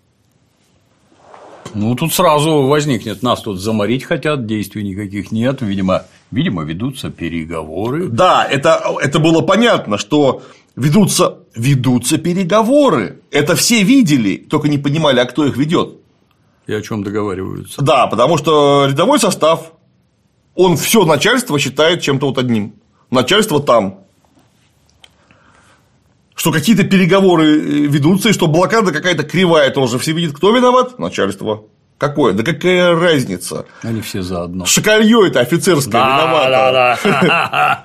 Ну, тут сразу возникнет, нас тут заморить хотят, действий никаких нет, видимо, видимо ведутся переговоры. Да, это, это было понятно, что ведутся, ведутся переговоры. Это все видели, только не понимали, а кто их ведет. И о чем договариваются. Да, потому что рядовой состав, он все начальство считает чем-то вот одним. Начальство там. Что какие-то переговоры ведутся, и что блокада какая-то кривая тоже. Все видят, кто виноват? Начальство. Какое? Да какая разница? Они все заодно. Шоколье это офицерское да, виновато. Да,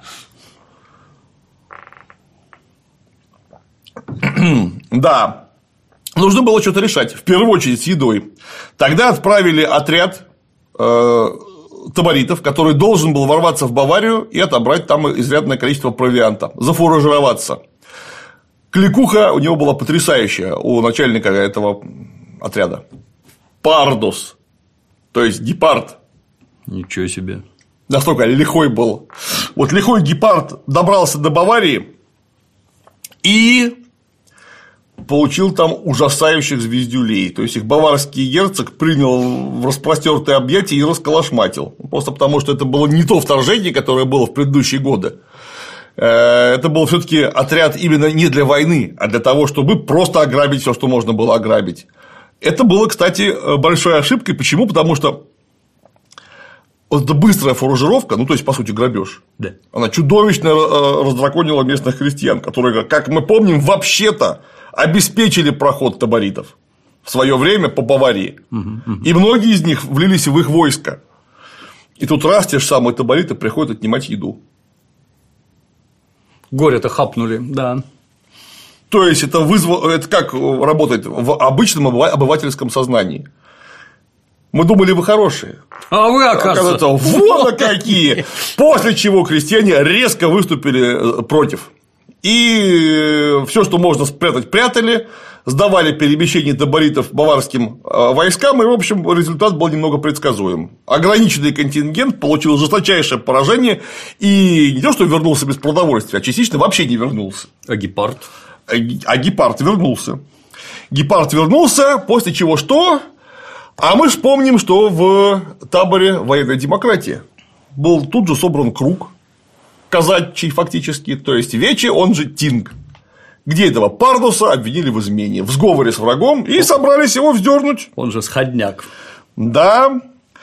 да. Да. Нужно было что-то решать. В первую очередь с едой. Тогда отправили отряд таборитов, который должен был ворваться в Баварию и отобрать там изрядное количество провианта, зафуражироваться. Кликуха у него была потрясающая, у начальника этого отряда. Пардус, то есть гепард. Ничего себе. Настолько лихой был. Вот лихой гепард добрался до Баварии и получил там ужасающих звездюлей. То есть их баварский герцог принял в распростертые объятия и расколошматил. Просто потому, что это было не то вторжение, которое было в предыдущие годы. Это был все-таки отряд именно не для войны, а для того, чтобы просто ограбить все, что можно было ограбить. Это было, кстати, большой ошибкой. Почему? Потому что вот эта быстрая фуражировка, ну, то есть, по сути, грабеж, да. Она чудовищно раздраконила местных крестьян, которые, как мы помним, вообще-то обеспечили проход таборитов в свое время по Баварии. Угу, угу. И многие из них влились в их войско. И тут раз те же самые табориты приходят отнимать еду. Горе-то хапнули, да. То есть, это вызвало. Это как работает в обычном обывательском сознании. Мы думали, вы хорошие. А вы, оказывается, вот какие. После чего крестьяне резко выступили против. И все, что можно спрятать, прятали, сдавали перемещение таборитов баварским войскам, и, в общем, результат был немного предсказуем. Ограниченный контингент получил жесточайшее поражение, и не то, что вернулся без продовольствия, а частично вообще не вернулся. А гепард? А гепард вернулся. Гепард вернулся, после чего что? А мы же помним, что в таборе военной демократии был тут же собран круг казачий фактически, то есть Вече, он же Тинг, где этого Пардуса обвинили в измене, в сговоре с врагом, и собрались его вздернуть. Он же сходняк. Да.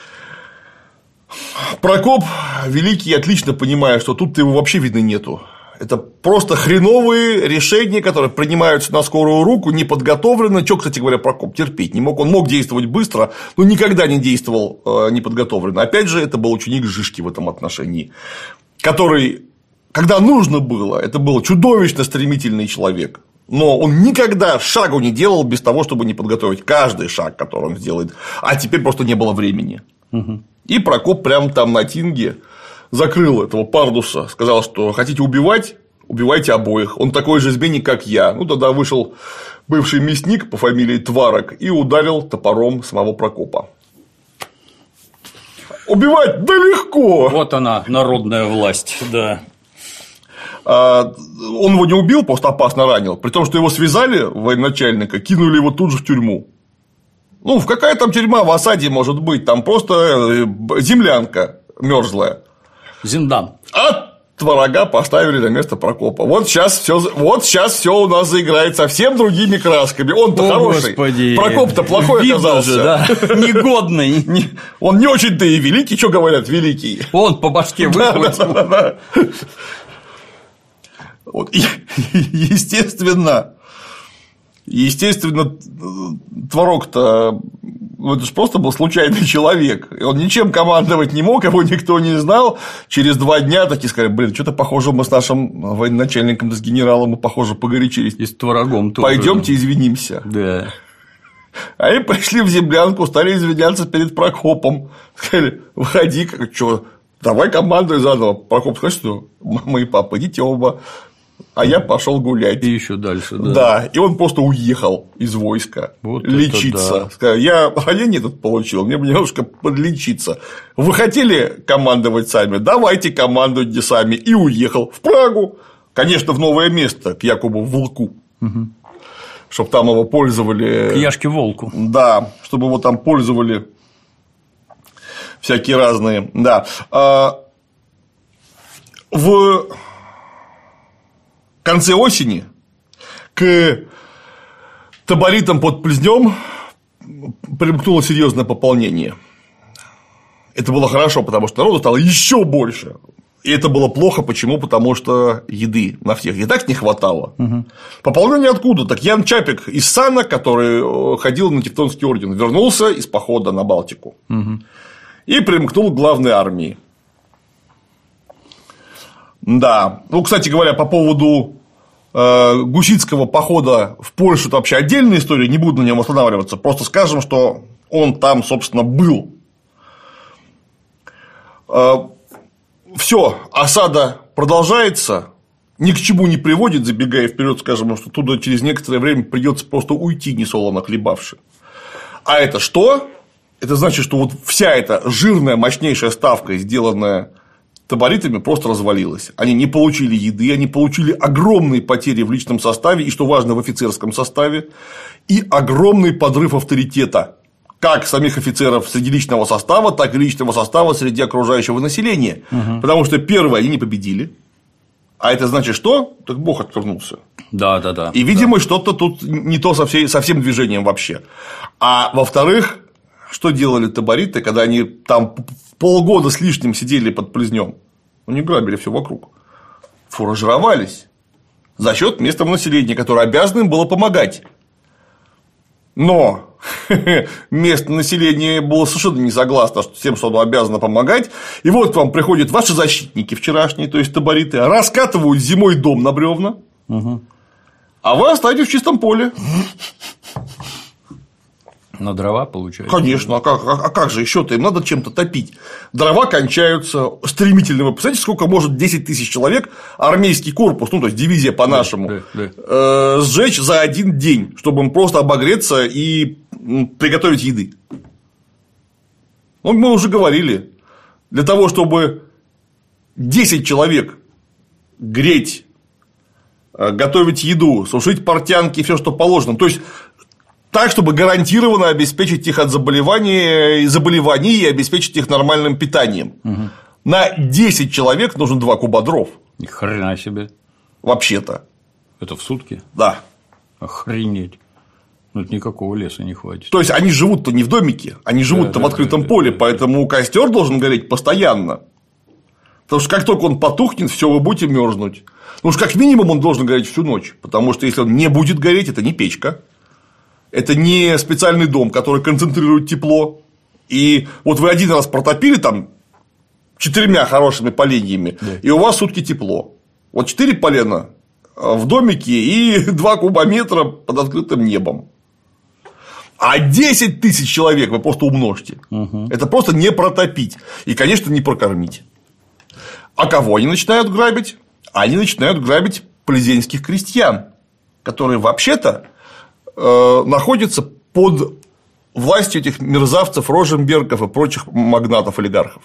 Прокоп Великий отлично понимает, что тут его вообще видно нету. Это просто хреновые решения, которые принимаются на скорую руку, неподготовленно. Что, кстати говоря, Прокоп терпеть не мог. Он мог действовать быстро, но никогда не действовал неподготовленно. Опять же, это был ученик Жишки в этом отношении, который, когда нужно было, это был чудовищно стремительный человек. Но он никогда шагу не делал без того, чтобы не подготовить каждый шаг, который он сделает. А теперь просто не было времени. Угу. И Прокоп прямо там на Тинге закрыл этого Пардуса, сказал, что хотите убивать, убивайте обоих. Он такой же изменник, как я. Ну, тогда вышел бывший мясник по фамилии Тварок и ударил топором самого Прокопа. Убивать да легко. Вот она, народная власть, да. Он его не убил, просто опасно ранил. При том, что его связали, военачальника, кинули его тут же в тюрьму. Ну, в какая там тюрьма в осаде может быть? Там просто землянка мерзлая. Зиндан. А Тварога поставили на место Прокопа. Вот сейчас все, вот сейчас все у нас заиграет совсем другими красками. Он-то О, хороший. Господи. Прокоп-то плохой Видно оказался. же, да. Негодный. Не, он не очень-то и великий, что говорят, великий. Он по башке выхватил. Да, да, да, да. Вот, и, естественно, естественно, Тварог-то, ну, это же просто был случайный человек. Он ничем командовать не мог, его никто не знал. Через два дня такие сказали: блин, что-то похоже, мы с нашим военачальником, с генералом, мы, похоже, погорячились. И с Тварогом тоже. Пойдемте извинимся. Да. Они пришли в землянку, стали извиняться перед Прокопом. Сказали: выходи, как что, давай командуй заново. Прокоп сказал: что мама и папа, идите оба. А я пошел гулять. И еще дальше, да. Да, и он просто уехал из войска вот лечиться. Да. Сказал: я ранение этот получил, мне бы немножко подлечиться. Вы хотели командовать сами? Давайте командуйте сами. И уехал в Прагу. Конечно, в новое место, к Якубу Волку. Угу. Чтобы там его пользовали. К Яшке Волку. Да, чтобы его там пользовали всякие разные. Да. В в конце осени к таборитам под Плезнём примкнуло серьезное пополнение. Это было хорошо, потому что народу стало еще больше. И это было плохо. Почему? Потому что еды на всех и так не хватало. Угу. Пополнение откуда? Так Ян Чапик из Сана, который ходил на Тевтонский орден, вернулся из похода на Балтику. Угу. И примкнул к главной армии. Да. Ну, кстати говоря, по поводу э, гуситского похода в Польшу, это вообще отдельная история, не буду на нем останавливаться. Просто скажем, что он там, собственно, был. Э, все, осада продолжается, ни к чему не приводит, забегая вперед, скажем, что туда через некоторое время придется просто уйти, несолоно хлебавши. А это что? Это значит, что вот вся эта жирная, мощнейшая ставка, сделанная таборитами, просто развалилась. Они не получили еды, они получили огромные потери в личном составе и, что важно, в офицерском составе, и огромный подрыв авторитета как самих офицеров среди личного состава, так и личного состава среди окружающего населения. Угу. Потому что, первое, они не победили. А это значит что? Так Бог отвернулся. Да, да, да. И, видимо, да. что-то тут не то со, всей, со всем движением вообще. А во-вторых, что делали табориты, когда они там полгода с лишним сидели под Плезнём? Они грабили все вокруг. Фуражировались за счет местного населения, которое обязано им было помогать. Но местное население было совершенно не согласно с тем, что оно обязано помогать. И вот к вам приходят ваши защитники вчерашние, то есть табориты, раскатывают зимой дом на бревна, угу. А вы остаетесь в чистом поле. На дрова, получается? Конечно, а как, а, а как же еще-то? Им надо чем-то топить. Дрова кончаются стремительно. Вы представляете, сколько может десять тысяч человек армейский корпус, ну, то есть дивизия по-нашему, да, да, да. Э, сжечь за один день, чтобы им просто обогреться и приготовить еды. Ну, мы уже говорили, для того, чтобы десять человек греть, готовить еду, сушить портянки, все, что положено. То есть так, чтобы гарантированно обеспечить их от заболеваний, заболеваний и обеспечить их нормальным питанием. Угу. На десять человек нужно два куба дров. Ни хрена себе. Вообще-то. Это в сутки? Да. Охренеть. Ну, это никакого леса не хватит. То есть они живут-то не в домике, они живут-то да, в открытом да, поле, да, поэтому да. Костер должен гореть постоянно. Потому что как только он потухнет, все, вы будете мерзнуть. Ну уж как минимум он должен гореть всю ночь. Потому что если он не будет гореть, это не печка. Это не специальный дом, который концентрирует тепло. И вот вы один раз протопили там четырьмя хорошими поленьями, да. И у вас сутки тепло. Вот четыре полена в домике и два кубометра под открытым небом. А десять тысяч человек вы просто умножьте. Угу. Это просто не протопить. И, конечно, не прокормить. А кого они начинают грабить? они начинают грабить плезенских крестьян, которые вообще-то э, находятся под властью этих мерзавцев, Роженбергов и прочих магнатов-олигархов.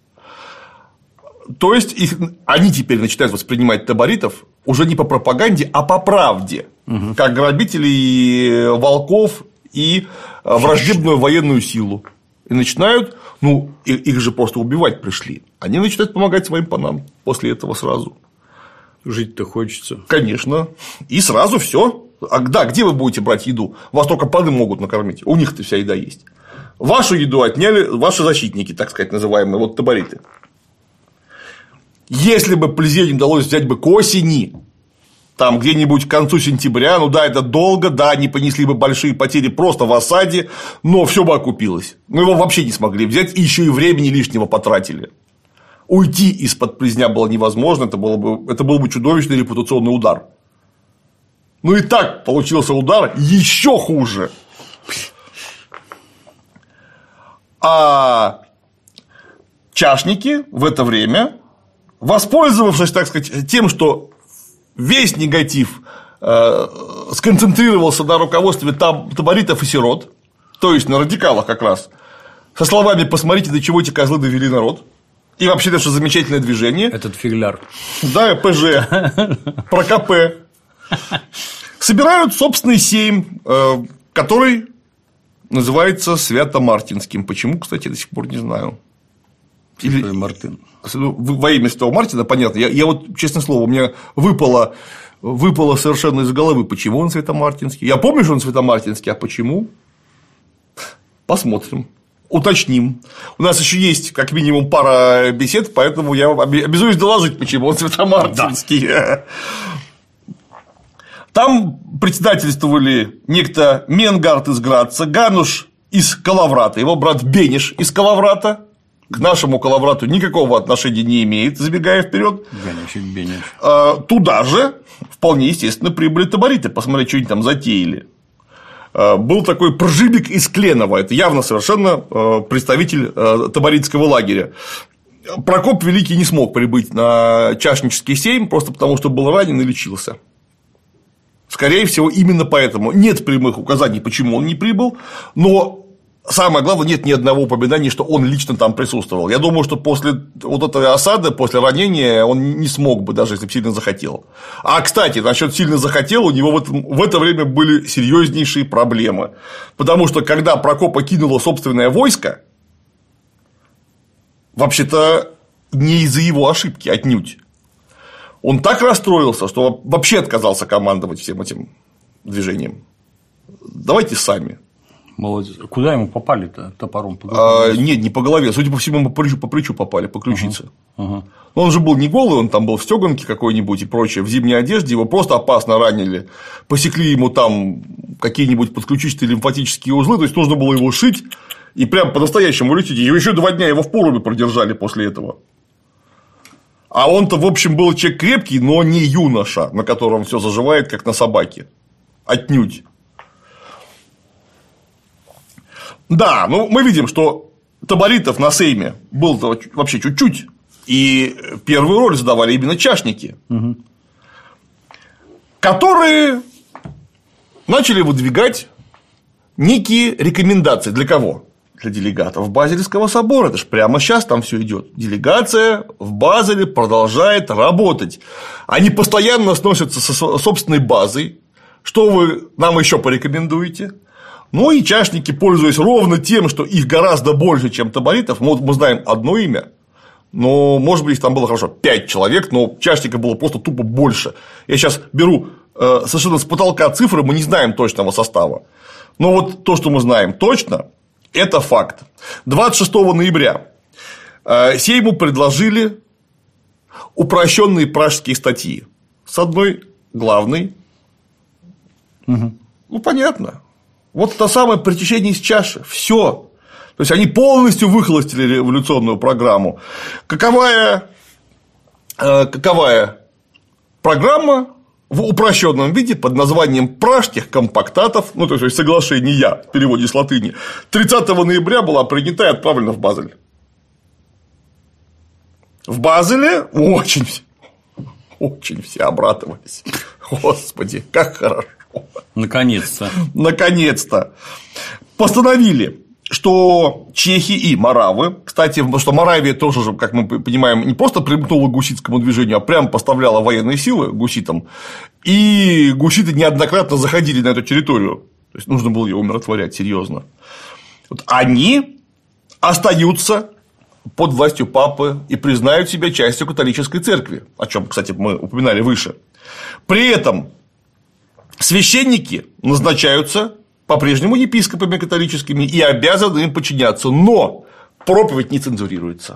То есть их, они теперь начинают воспринимать таборитов уже не по пропаганде, а по правде, угу. как грабителей волков и враждебную военную силу. И начинают, ну, их же просто убивать пришли. Они начинают помогать своим панам после этого сразу. Жить-то хочется. Конечно. И сразу все. А да, где вы будете брать еду? Вас только паны могут накормить. У них-то вся еда есть. Вашу еду отняли ваши защитники, так сказать, называемые, вот табориты. Если бы Плезень удалось взять бы к осени, там где-нибудь к концу сентября, ну да, это долго, да, они понесли бы большие потери просто в осаде, но все бы окупилось. Но его вообще не смогли взять, и еще и времени лишнего потратили. Уйти из-под Плезня было невозможно, это, было бы, это был бы чудовищный репутационный удар. Ну и так получился удар еще хуже. А чашники в это время, воспользовавшись, так сказать, тем, что весь негатив э, сконцентрировался на руководстве таб- таборитов и сирот, то есть на радикалах как раз, со словами «посмотрите, до чего эти козлы довели народ», и вообще это что замечательное движение. Этот фигляр. Да, ПЖ, про ка пэ. Собирают собственный сейм, э, который называется Свято-Мартинским. Почему, кстати, я до сих пор не знаю. Или Мартин. Во имя Святого Мартина, понятно. Я, я вот, честное слово, у меня выпало, выпало совершенно из головы, почему он Свято-Мартинский. Я помню, что он Свято-Мартинский, а почему? Посмотрим. Уточним. У нас еще есть как минимум пара бесед, поэтому я обязуюсь доложить, почему он Свято-Мартинский. Да. Там председательствовали некто Менгард из Граца, Гануш из Калаврата, его брат Бениш из Калаврата. К нашему Калаврату никакого отношения не имеет, забегая вперед. Туда же, вполне естественно, прибыли табориты, посмотреть, что они там затеяли. Был такой Пржибик из Кленова, это явно совершенно представитель таборитского лагеря. Прокоп Великий не смог прибыть на чашнический сейм, просто потому что был ранен и лечился. Скорее всего, именно поэтому нет прямых указаний, почему он не прибыл, но самое главное, нет ни одного упоминания, что он лично там присутствовал. Я думаю, что после вот этой осады, после ранения, он не смог бы, даже если бы сильно захотел. А, кстати, насчет сильно захотел, у него в, этом, в это время были серьезнейшие проблемы. Потому что, когда Прокопа кинуло собственное войско, вообще-то не из-за его ошибки отнюдь. Он так расстроился, что вообще отказался командовать всем этим движением. Давайте сами. Молодец. Куда ему попали-то топором? А, нет, не по голове. Судя по всему, по плечу, по плечу попали, по ключице. Uh-huh. Uh-huh. Но он же был не голый, он там был в стёганке какой-нибудь и прочее, в зимней одежде, его просто опасно ранили. Посекли ему там какие-нибудь подключичные лимфатические узлы, то есть нужно было его шить и прям по-настоящему лечить. И еще два дня его в проруби продержали после этого. А он-то, в общем, был человек крепкий, но не юноша, на котором все заживает, как на собаке. Отнюдь. Да, ну мы видим, что таборитов на сейме было вообще чуть-чуть, и первую роль задавали именно чашники, угу. которые начали выдвигать некие рекомендации. Для кого? Для делегатов Базельского собора. Это же прямо сейчас там все идет. Делегация в Базеле продолжает работать. Они постоянно сносятся со собственной базой. Что вы нам еще порекомендуете? Ну и чашники, пользуясь ровно тем, что их гораздо больше, чем таборитов, вот мы знаем одно имя, но, может быть, их там было хорошо пять человек, но чашников было просто тупо больше. Я сейчас беру э, совершенно с потолка цифры, мы не знаем точного состава. Но вот то, что мы знаем точно, это факт. двадцать шестого ноября э, Сейму предложили упрощенные пражские статьи с одной главной. Угу. Ну, понятно. Вот это самое притечение из чаши. Все. То есть они полностью выхолостили революционную программу. Каковая, э, каковая программа в упрощенном виде под названием Пражских компактатов, ну, то есть соглашения в переводе с латыни, тридцатого ноября была принята и отправлена в Базель. В Базеле очень, очень все обрадовались. Господи, как хорошо. Наконец-то. Наконец-то. Постановили, что чехи и моравы, кстати, что Моравия тоже же, как мы понимаем, не просто примкнула к гуситскому движению, а прямо поставляла военные силы гуситам, и гуситы неоднократно заходили на эту территорию, то есть нужно было ее умиротворять серьезно. Вот они остаются под властью папы и признают себя частью католической церкви, о чем, кстати, мы упоминали выше. При этом священники назначаются по-прежнему епископами католическими и обязаны им подчиняться, но проповедь не цензурируется.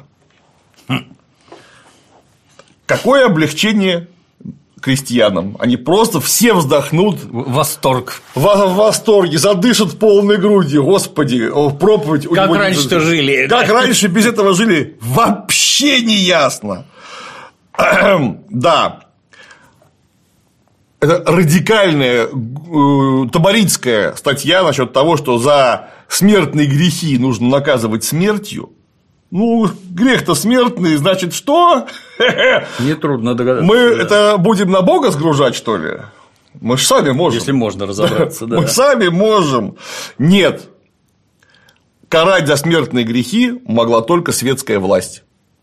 Какое облегчение крестьянам? Они просто все вздохнут. Восторг. В восторге, задышат полной грудью. Господи, проповедь. Как раньше-то жили. Как раньше без этого жили, вообще не ясно. Да. Это радикальная э, таборитская статья насчет того, что за смертные грехи нужно наказывать смертью. Ну, грех-то смертный, значит, что? Нетрудно догадаться. Мы да. это будем на Бога сгружать, что ли? Мы же сами можем. Если можно разобраться, да. Мы сами можем. Нет. Карать за смертные грехи могла только светская власть.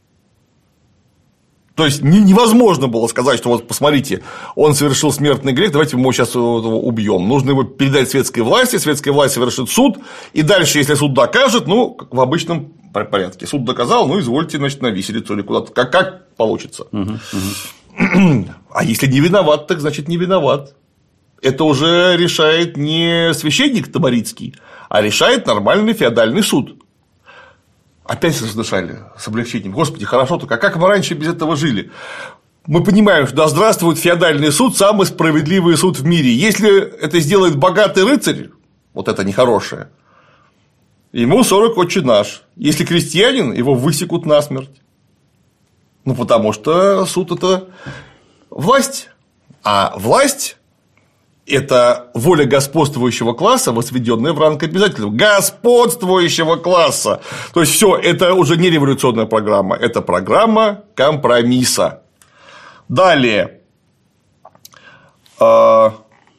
То есть невозможно было сказать, что вот посмотрите, он совершил смертный грех, давайте мы его сейчас убьем. Нужно его передать светской власти, светская власть совершит суд, и дальше, если суд докажет, ну, в обычном порядке. Суд доказал, ну, извольте, значит, на виселицу или куда-то, как, как получится. Угу, угу. А если не виноват, так значит не виноват. Это уже решает не священник таборитский, а решает нормальный феодальный суд. Опять задышали с облегчением. Господи, хорошо-то, а как мы раньше без этого жили? Мы понимаем, что да здравствует феодальный суд, самый справедливый суд в мире. Если это сделает богатый рыцарь, вот это нехорошее, ему сорок отче наш. Если крестьянин, его высекут насмерть. Ну, потому что суд – это власть. А власть – это воля господствующего класса, возведенная в ранг обязательного. Господствующего класса. То есть, все, это уже не революционная программа, это программа компромисса. Далее. Да.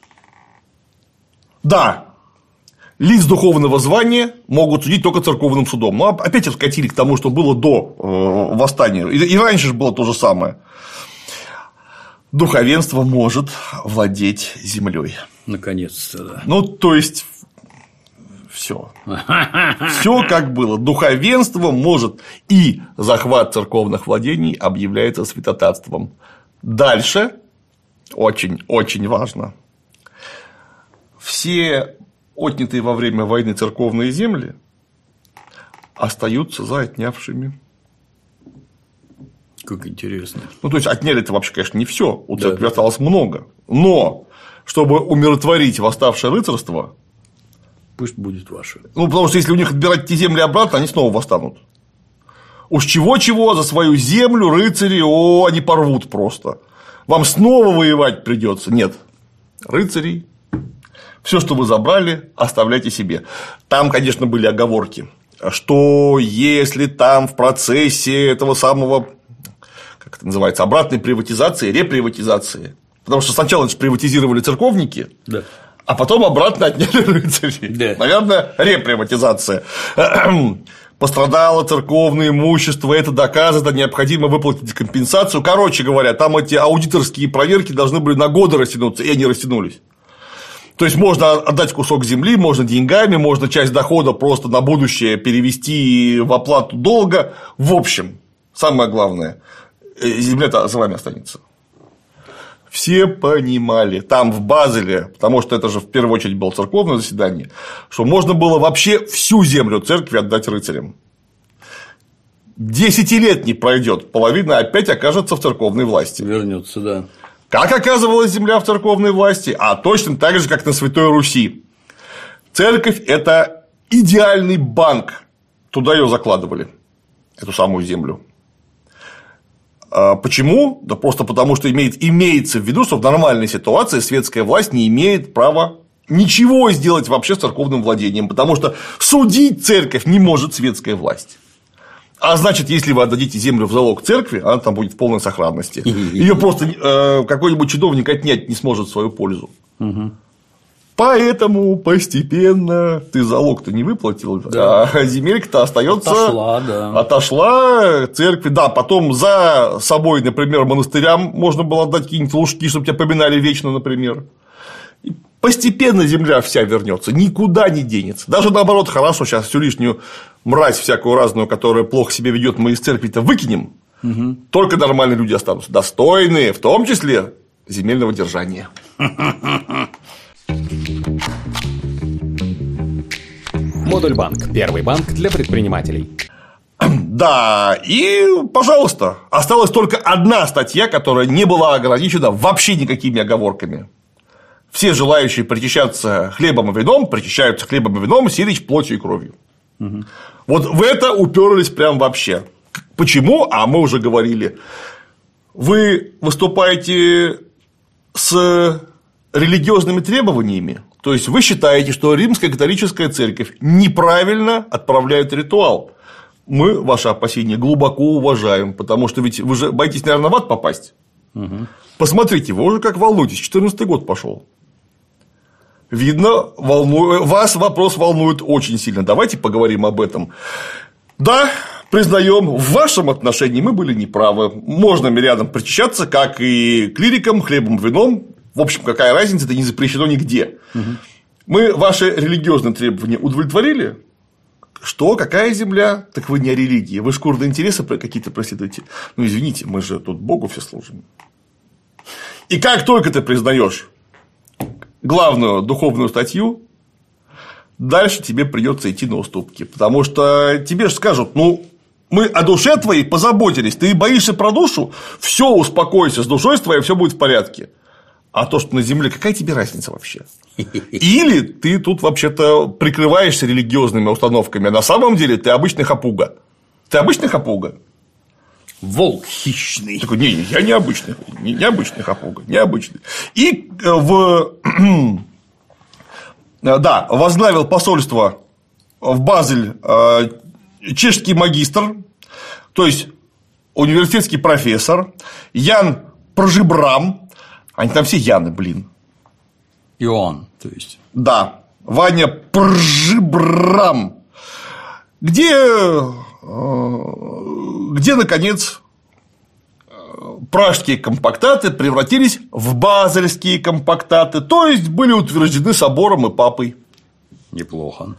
Лиц духовного звания могут судить только церковным судом. Но опять откатили к тому, что было до восстания. И раньше же было то же самое. Духовенство может владеть землей. Наконец-то, да. Ну, то есть, все. Все как было. Духовенство может, и захват церковных владений объявляется святотатством. Дальше очень-очень важно. Все отнятые во время войны церковные земли остаются за отнявшими. Как интересно. Ну, то есть, отняли-то вообще, конечно, не все. У церкви да, осталось да. много. Но, чтобы умиротворить восставшее рыцарство. Пусть будет ваше. Ну, потому что если у них отбирать эти земли обратно, они снова восстанут. Уж чего-чего, за свою землю рыцари, о, они порвут просто. Вам снова воевать придется. Нет. Рыцарей. Все, что вы забрали, оставляйте себе. Там, конечно, были оговорки. Что если там в процессе этого самого. Как это называется, обратной приватизации, реприватизации. Потому что сначала это же приватизировали церковники, да. а потом обратно отняли рыцарей. Да. Наверное, реприватизация. Пострадало церковное имущество, это доказано, необходимо выплатить компенсацию. Короче говоря, там эти аудиторские проверки должны были на годы растянуться, и они растянулись. То есть, можно отдать кусок земли, можно деньгами, можно часть дохода просто на будущее перевести в оплату долга. В общем, самое главное. Земля-то за вами останется. Все понимали, там в Базеле, потому что это же в первую очередь было церковное заседание, что можно было вообще всю землю церкви отдать рыцарям. Десяти лет не пройдет, половина опять окажется в церковной власти. Вернется, да. Как оказывалась земля в церковной власти? А точно так же, как на Святой Руси. Церковь – это идеальный банк. Туда ее закладывали, эту самую землю. Почему? Да просто потому, что имеет, имеется в виду, что в нормальной ситуации светская власть не имеет права ничего сделать вообще с церковным владением, потому что судить церковь не может светская власть. А значит, если вы отдадите землю в залог церкви, она там будет в полной сохранности. Ее просто э, какой-нибудь чиновник отнять не сможет в свою пользу. Угу. Поэтому постепенно ты залог-то не выплатил, да. А земелька-то остается. Отошла, да. Отошла церкви. Да, потом за собой, например, монастырям можно было отдать какие-нибудь лужки, чтобы тебя поминали вечно, например. И постепенно земля вся вернется, никуда не денется. Даже наоборот, хорошо, сейчас всю лишнюю мразь всякую разную, которая плохо себя ведет, мы из церкви-то выкинем. Угу. Только нормальные люди останутся, достойные, в том числе земельного держания. Модуль банк. Первый банк для предпринимателей. Да, и, пожалуйста, осталась только одна статья, которая не была ограничена вообще никакими оговорками. Все желающие причащаться хлебом и вином причащаются хлебом и вином, сирич плотью и кровью. Угу. Вот в это уперлись прям вообще. Почему? А мы уже говорили. Вы выступаете с религиозными требованиями. То есть вы считаете, что Римская католическая церковь неправильно отправляет ритуал. Мы ваши опасения глубоко уважаем, потому что ведь вы же боитесь, наверное, в ад попасть. Угу. Посмотрите, вы уже как волнуетесь, четырнадцатый год пошел. Видно, волну... вас вопрос волнует очень сильно. Давайте поговорим об этом. Да, признаем, в вашем отношении мы были неправы. Можно мирянам причащаться, как и клирикам, хлебом, вином. В общем, какая разница, это не запрещено нигде. Угу. Мы ваши религиозные требования удовлетворили? Что? Какая земля? Так вы не о религии. Вы шкурные интересы какие-то преследуете. Ну, извините, мы же тут Богу все служим. И как только ты признаешь главную духовную статью, дальше тебе придется идти на уступки. Потому что тебе же скажут: ну, мы о душе твоей позаботились, ты боишься про душу, все, успокойся, с душой твоей все будет в порядке. А то, что на земле, какая тебе разница вообще? Или ты тут вообще-то прикрываешься религиозными установками, а на самом деле ты обычный хапуга. Ты обычный хапуга? Волк хищный. Такой: не, я не обычный, не, не обычный хапуга, необычный. И в да, возглавил посольство в Базель чешский магистр, то есть университетский профессор Ян Пржибрам. Они там все Яны, блин. И он, то есть. Да, Ваня Пржибрам. Где, где, наконец, пражские компактаты превратились в базельские компактаты, то есть были утверждены собором и папой. Неплохо.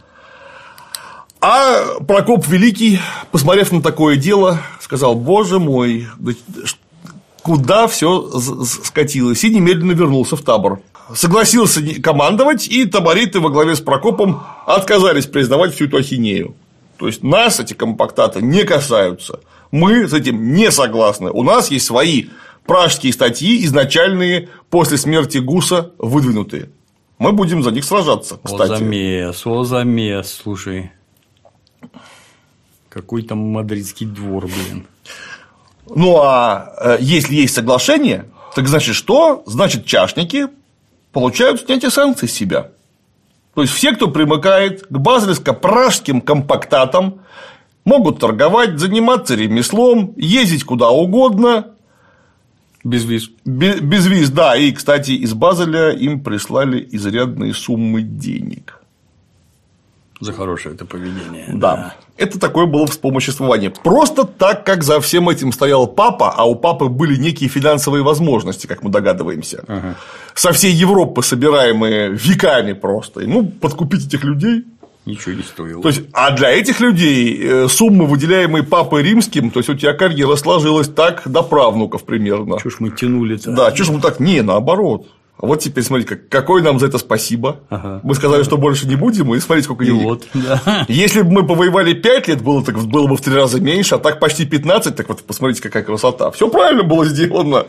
А Прокоп Великий, посмотрев на такое дело, сказал: боже мой, куда все скатилось, и немедленно вернулся в табор. Согласился командовать, и табориты во главе с Прокопом отказались признавать всю эту ахинею. То есть нас эти компактаты не касаются. Мы с этим не согласны. У нас есть свои пражские статьи, изначальные, после смерти Гуса выдвинутые. Мы будем за них сражаться, кстати. О, замес, о, замес, слушай. Какой там мадридский двор, блин. Ну, а если есть соглашение, так значит что? Значит, чашники получают снятие санкций с себя. То есть все, кто примыкает к базельско-пражским компактатам, могут торговать, заниматься ремеслом, ездить куда угодно. Без виз. Без, без виз, да. И, кстати, из Базеля им прислали изрядные суммы денег. За хорошее это поведение. Да. да. Это такое было вспомоществование. Просто так, как за всем этим стоял папа, а у папы были некие финансовые возможности, как мы догадываемся. Ага. Со всей Европы собираемые веками просто. Ну, подкупить этих людей. Ничего не стоило. То есть, а для этих людей суммы, выделяемые папой римским, то есть у тебя карьера сложилась так до правнуков примерно. Чё ж мы тянули-то? Да, чё ж мы так? Не, наоборот. Вот теперь смотрите, какое нам за это спасибо. Ага. Мы сказали, что больше не будем, и смотрите, сколько денег. Вот, да. Если бы мы повоевали пять лет, было, так, было бы в три раза меньше, а так почти пятнадцать, так вот посмотрите, какая красота. Все правильно было сделано.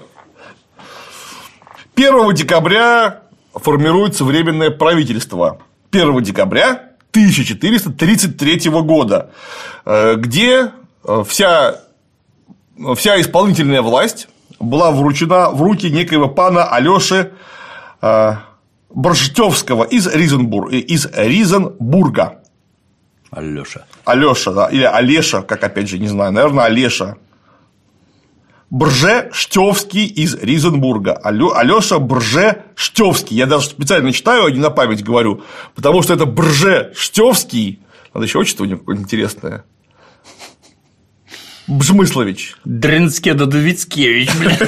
первого декабря формируется временное правительство. первого декабря тысяча четыреста тридцать третьего года, где вся, вся исполнительная власть была вручена в руки некоего пана Алёши Борштевского из, Ризенбург, из Ризенбурга. Алёша. Алёша, да, или Олеша, как опять же, не знаю, наверное, Олеша. Брже-Штёвский из Ризенбурга. Алёша Брже-Штёвский. Я даже специально читаю, а не на память говорю, потому что это Брже-Штёвский. Надо еще отчество у него какое-нибудь интересное. Бжмыслович. Дринске Додовицкевич, блядь.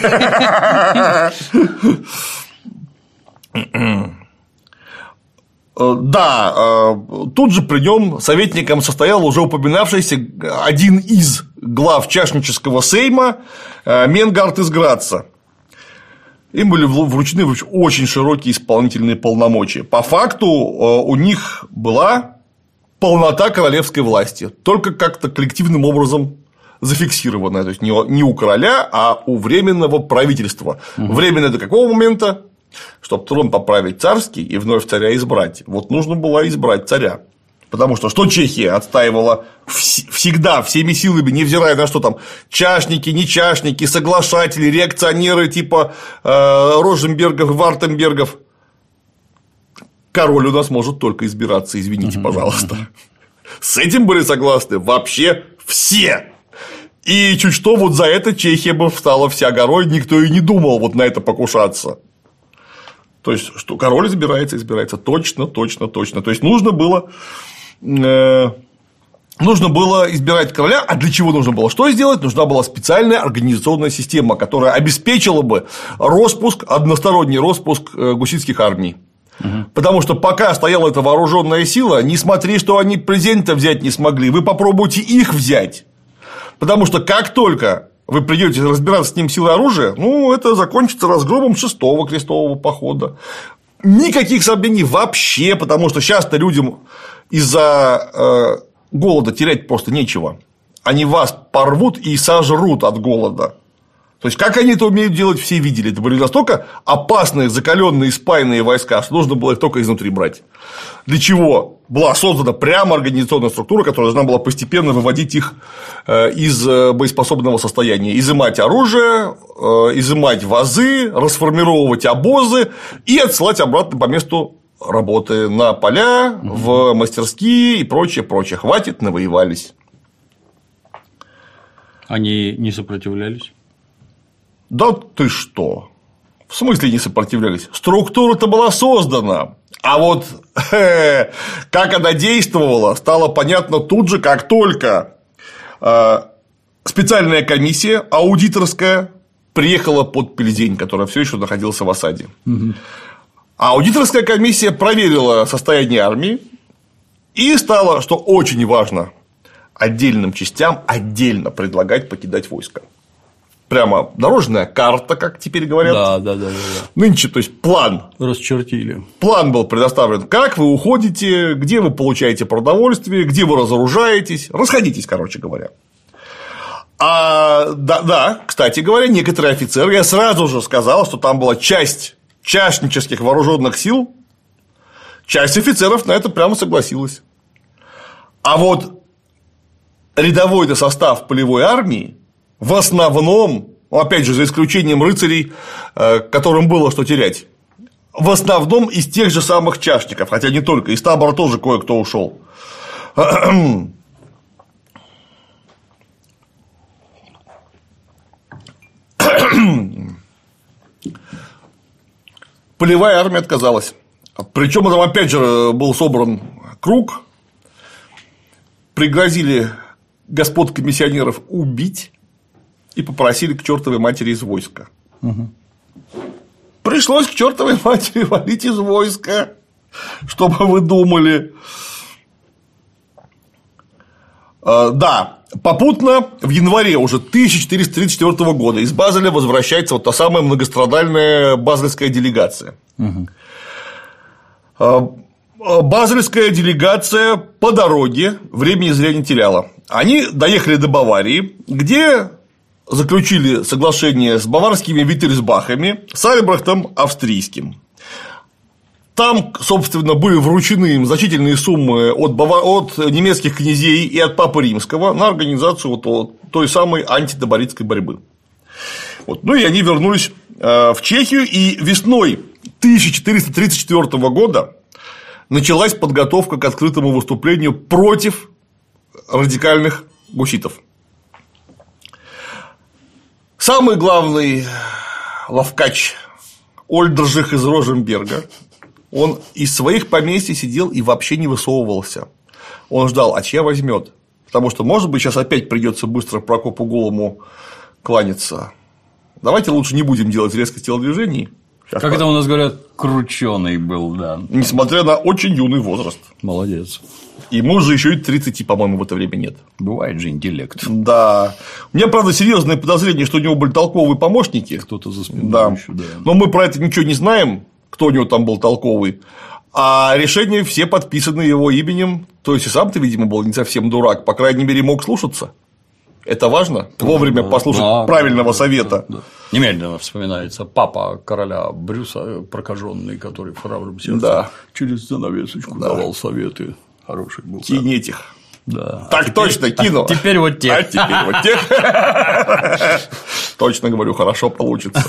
Да, тут же при нем советником состоял уже упоминавшийся один из глав чашнического сейма Менгард из Граца. Им были вручены очень широкие исполнительные полномочия. По факту у них была полнота королевской власти, только как-то коллективным образом зафиксированная. То есть не у короля, а у временного правительства. Угу. Временно до какого момента? Чтобы трон поправить царский и вновь царя избрать. Вот нужно было избрать царя. Потому что что Чехия отстаивала всегда, всеми силами, невзирая на что там, чашники, не чашники, соглашатели, реакционеры типа э, Роженбергов и Вартенбергов. Король у нас может только избираться, извините, uh-huh, пожалуйста. Uh-huh. С этим были согласны вообще все. И чуть что, вот за это Чехия бы встала вся горой, никто и не думал вот на это покушаться. То есть, что король избирается, избирается точно, точно, точно. То есть, нужно было, э, нужно было избирать короля. А для чего нужно было? Что сделать? Нужна была специальная организационная система, которая обеспечила бы распуск, односторонний распуск гуситских армий. Угу. Потому что пока стояла эта вооруженная сила, не смотри, что они президента взять не смогли, вы попробуйте их взять. Потому что как только вы придете разбираться с ним силой оружия, ну, это закончится разгромом шестого крестового похода. Никаких сомнений вообще, потому что сейчас-то людям из-за э, голода терять просто нечего. Они вас порвут и сожрут от голода. То есть, как они это умеют делать, все видели. Это были настолько опасные, закаленные, спаянные войска, что нужно было их только изнутри брать. Для чего была создана прямо организационная структура, которая должна была постепенно выводить их из боеспособного состояния, изымать оружие, изымать вазы, расформировывать обозы и отсылать обратно по месту работы на поля, в мастерские и прочее, прочее. Хватит, навоевались. Они не сопротивлялись? Да ты что? В смысле не сопротивлялись? Структура-то была создана. А вот как она действовала, стало понятно тут же, как только специальная комиссия аудиторская приехала под Пельзень, которая все еще находился в осаде. Угу. А аудиторская комиссия проверила состояние армии и стало, что очень важно, отдельным частям отдельно предлагать покидать войско. Прямо дорожная карта, как теперь говорят. Да, да, да, да. Нынче, то есть план. Расчертили. План был предоставлен, как вы уходите, где вы получаете продовольствие, где вы разоружаетесь. Расходитесь, короче говоря. А, да, да, кстати говоря, некоторые офицеры, я сразу же сказал, что там была часть чашнических вооруженных сил, часть офицеров на это прямо согласилась. А вот рядовой состав полевой армии в основном, опять же, за исключением рыцарей, которым было что терять, в основном из тех же самых чашников, хотя не только, из табора тоже кое-кто ушел. Полевая армия отказалась. Причем там опять же был собран круг, пригрозили господ комиссионеров убить и попросили к чертовой матери из войска. Угу. Пришлось к чертовой матери валить из войска, чтобы вы думали. Да, попутно в январе уже тысяча четыреста тридцать четвёртого года из Базеля возвращается вот та самая многострадальная базельская делегация. Угу. Базельская делегация по дороге времени зря не теряла. Они доехали до Баварии, где заключили соглашение с баварскими виттельсбахами, с Альбрехтом австрийским. Там, собственно, были вручены им значительные суммы от, Бава... от немецких князей и от Папы Римского на организацию вот той самой антидоборитской борьбы. Вот. Ну и они вернулись в Чехию, и весной тысяча четыреста тридцать четвёртого года началась подготовка к открытому выступлению против радикальных гуситов. Самый главный ловкач Ольдржих из Роженберга, он из своих поместьй сидел и вообще не высовывался. Он ждал, а чья возьмет. Потому что, может быть, сейчас опять придется быстро Прокопу Голому кланяться. Давайте лучше не будем делать резких телодвижений. Сейчас как это у нас говорят, крученый был, да. Несмотря на очень юный возраст. Молодец. Ему же еще и тридцати, по-моему, в это время нет. Бывает же интеллект. Да. У меня, правда, серьезное подозрение, что у него были толковые помощники. Кто-то за спиной да. еще, да. Но мы про это ничего не знаем, кто у него там был толковый. А решения все подписаны его именем. То есть и сам-то, видимо, был не совсем дурак. По крайней мере, мог слушаться. Это важно. Вовремя послушать да, правильного да, совета. Да, да. Немедленно вспоминается папа короля Брюса, прокаженный, который в храбром сердце да. через занавесочку да. давал советы. Хороший был. Кинь этих. Да. Так а точно, теперь... кину. А теперь вот тех. А теперь вот тех. Точно говорю, хорошо получится.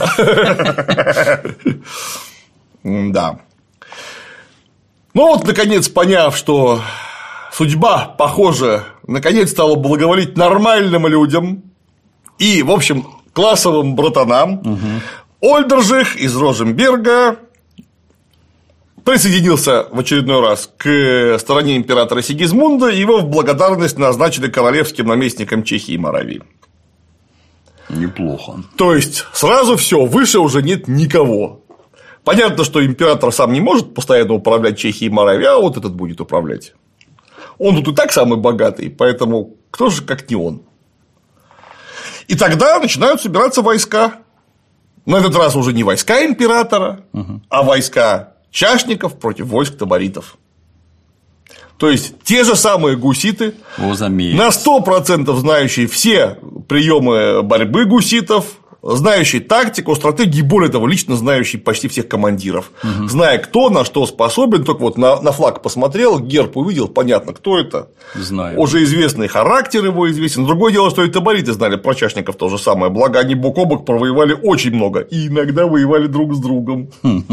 Да. Ну вот, наконец, поняв, что судьба, похоже, наконец стала благоволить нормальным людям и, в общем, классовым братанам, угу. Ольдржих из Роженберга присоединился в очередной раз к стороне императора Сигизмунда, и его в благодарность назначили королевским наместником Чехии и Моравии. Неплохо. То есть сразу все, выше уже нет никого. Понятно, что император сам не может постоянно управлять Чехией и Моравией, а вот этот будет управлять. Он тут и так самый богатый, поэтому кто же как не он. И тогда начинают собираться войска. На этот раз уже не войска императора, угу. а войска чашников против войск таборитов. То есть те же самые гуситы, на сто процентов знающие все приемы борьбы гуситов, знающий тактику, стратегию, более того, лично знающий почти всех командиров, угу. зная, кто на что способен, только вот на, на флаг посмотрел, герб увидел, понятно, кто это. Знаю. Уже известный характер его известен. Другое дело, что и табориты знали про чашников то же самое. Благо, они бок о бок провоевали очень много и иногда воевали друг с другом.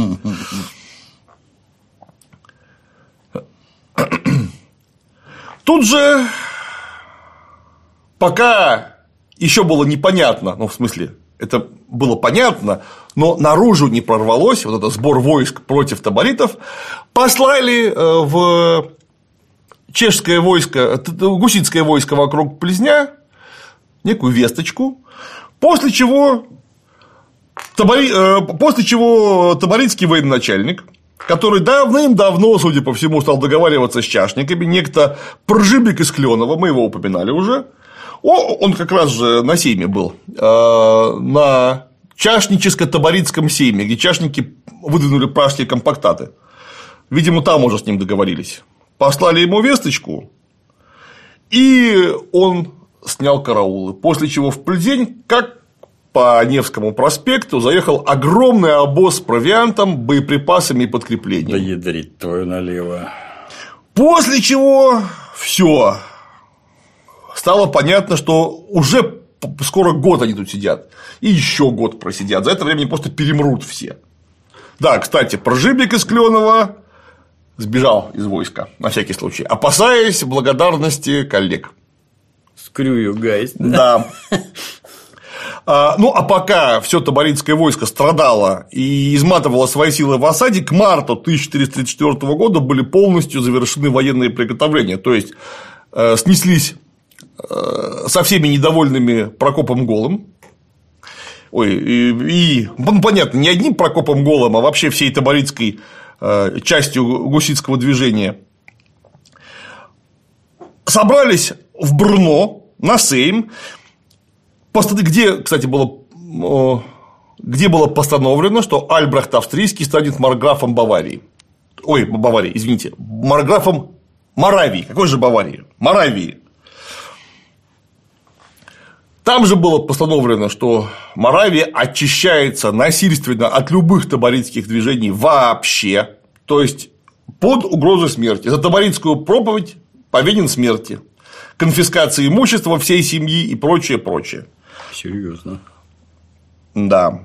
Тут же, пока еще было непонятно, ну, в смысле, это было понятно, но наружу не прорвалось, вот этот сбор войск против таборитов, послали в чешское войско, гуситское войско вокруг Плезня некую весточку, после чего, табори... после чего таборитский военачальник, который давным-давно, судя по всему, стал договариваться с чашниками, некто Пржибик из Кленова, мы его упоминали уже. О, он как раз же на сейме был, на чашническо-таборитском сейме, где чашники выдвинули пражские компактаты. Видимо, там уже с ним договорились. Послали ему весточку, и он снял караулы. После чего в Пльзень, как по Невскому проспекту, заехал огромный обоз с провиантом, боеприпасами и подкреплением. Да ядрить твою налево. После чего все. Стало понятно, что уже скоро год они тут сидят. И еще год просидят. За это время они просто перемрут все. Да, кстати, Пржибик из Кленова сбежал из войска, на всякий случай, опасаясь благодарности коллег. Screw you guys. Да. Ну, а пока все таборитское войско страдало и изматывало свои силы в осаде, к марту тысяча четыреста тридцать четвёртого года были полностью завершены военные приготовления. То есть снеслись со всеми недовольными Прокопом Голым. Ой, и, и ну, понятно, не одним Прокопом Голым, а вообще всей таборитской частью гуситского движения. Собрались в Брно на сейм, где, кстати, было, где было постановлено, что Альбрехт Австрийский станет марграфом Баварии. Ой, Баварии, извините, марграфом Моравии. Какой же Баварии? Моравии. Там же было постановлено, что Моравия очищается насильственно от любых таборитских движений вообще, то есть под угрозой смерти. За таборитскую проповедь повинен смерти, конфискация имущества всей семьи и прочее, прочее. Серьезно. Да.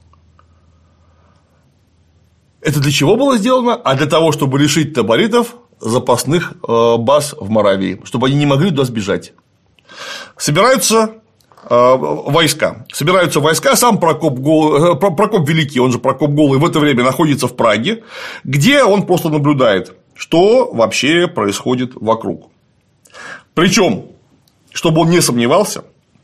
Это для чего было сделано? А для того, чтобы лишить таборитов запасных баз в Моравии, чтобы они не могли туда сбежать. Собираются войска. Собираются войска, сам Прокоп, Гол... Прокоп Великий, он же Прокоп Голый, в это время находится в Праге, где он просто наблюдает, что вообще происходит вокруг. Причем, чтобы он не сомневался,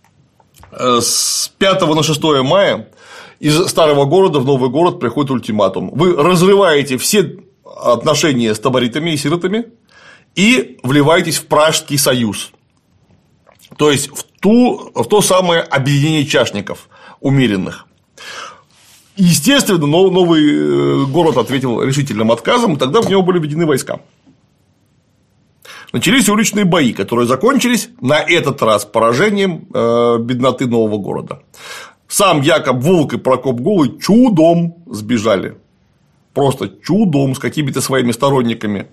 с пятого на шестое мая из старого города в новый город приходит ультиматум. Вы разрываете все отношения с таборитами и сиротами и вливаетесь в Пражский союз. То есть в, ту, в то самое объединение чашников умеренных. Естественно, новый город ответил решительным отказом, и тогда в него были введены войска. Начались уличные бои, которые закончились на этот раз поражением бедноты нового города. Сам Якоб Волк и Прокоп Голый чудом сбежали. Просто чудом с какими-то своими сторонниками.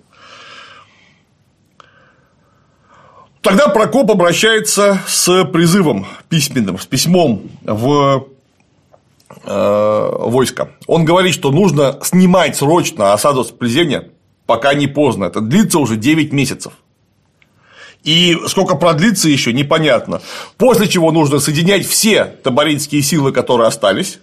Тогда Прокоп обращается с призывом письменным, с письмом в э, войско. Он говорит, что нужно снимать срочно осаду с Плезеня, пока не поздно. Это длится уже девять месяцев. И сколько продлится еще, непонятно. После чего нужно соединять все таборитские силы, которые остались,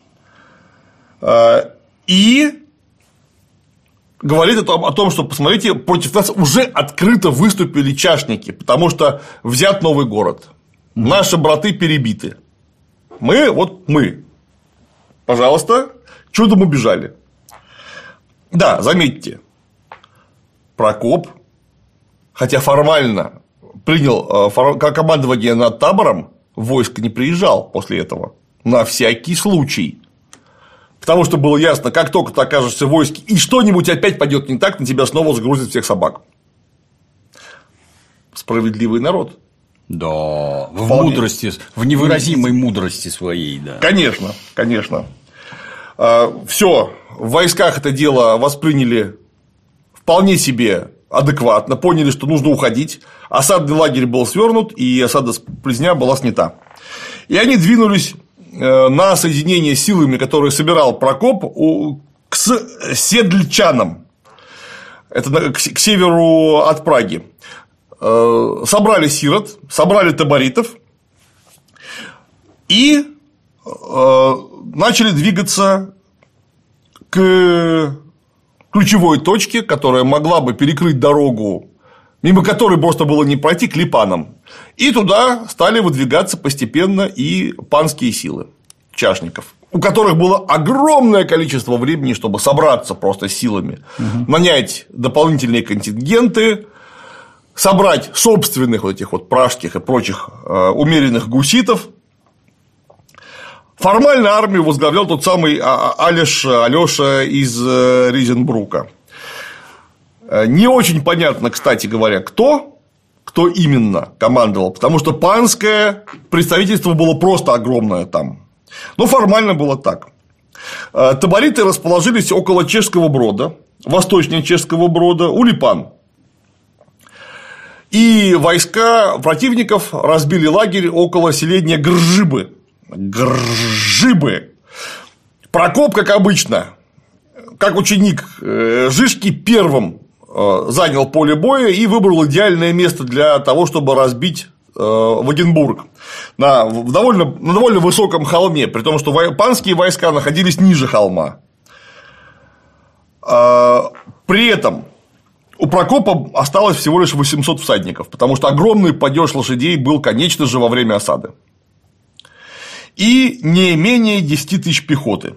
э, и говорит о том, о том, что, посмотрите, против нас уже открыто выступили чашники, потому что взят новый город. Наши браты перебиты. Мы, вот мы. Пожалуйста, чудом убежали. Да, заметьте, Прокоп, хотя формально принял командование над табором, в войско не приезжал после этого. На всякий случай. Потому что было ясно, как только ты окажешься в войске и что-нибудь опять пойдет не так, на тебя снова загрузят всех собак. Справедливый народ. Да, в Вполне. мудрости, в невыразимой мудрости своей, да. Конечно, конечно. Все, в войсках это дело восприняли вполне себе адекватно, поняли, что нужно уходить. Осадный лагерь был свернут, и осада с Плезня была снята. И они двинулись на соединение с силами, которые собирал Прокоп, к седльчанам. Это к северу от Праги. Собрали сирот, собрали таборитов и начали двигаться к ключевой точке, которая могла бы перекрыть дорогу, мимо которой просто было не пройти, к Липанам. И туда стали выдвигаться постепенно и панские силы чашников, у которых было огромное количество времени, чтобы собраться просто силами, угу. нанять дополнительные контингенты, собрать собственных вот этих вот пражских и прочих умеренных гуситов. Формально армию возглавлял тот самый Алеш, Алёша из Ризенбрука. Не очень понятно, кстати говоря, кто, кто именно командовал, потому что панское представительство было просто огромное там. Но формально было так. Табориты расположились около Чешского Брода, восточнее Чешского Брода, у Липан. И войска противников разбили лагерь около селения Гржибы. Гржибы. Прокоп, как обычно, как ученик Жишки, первым занял поле боя и выбрал идеальное место для того, чтобы разбить Вагенбург на довольно, на довольно высоком холме, при том, что панские войска находились ниже холма. При этом у Прокопа осталось всего лишь восемьсот всадников, потому что огромный падеж лошадей был, конечно же, во время осады. И не менее десяти тысяч пехоты.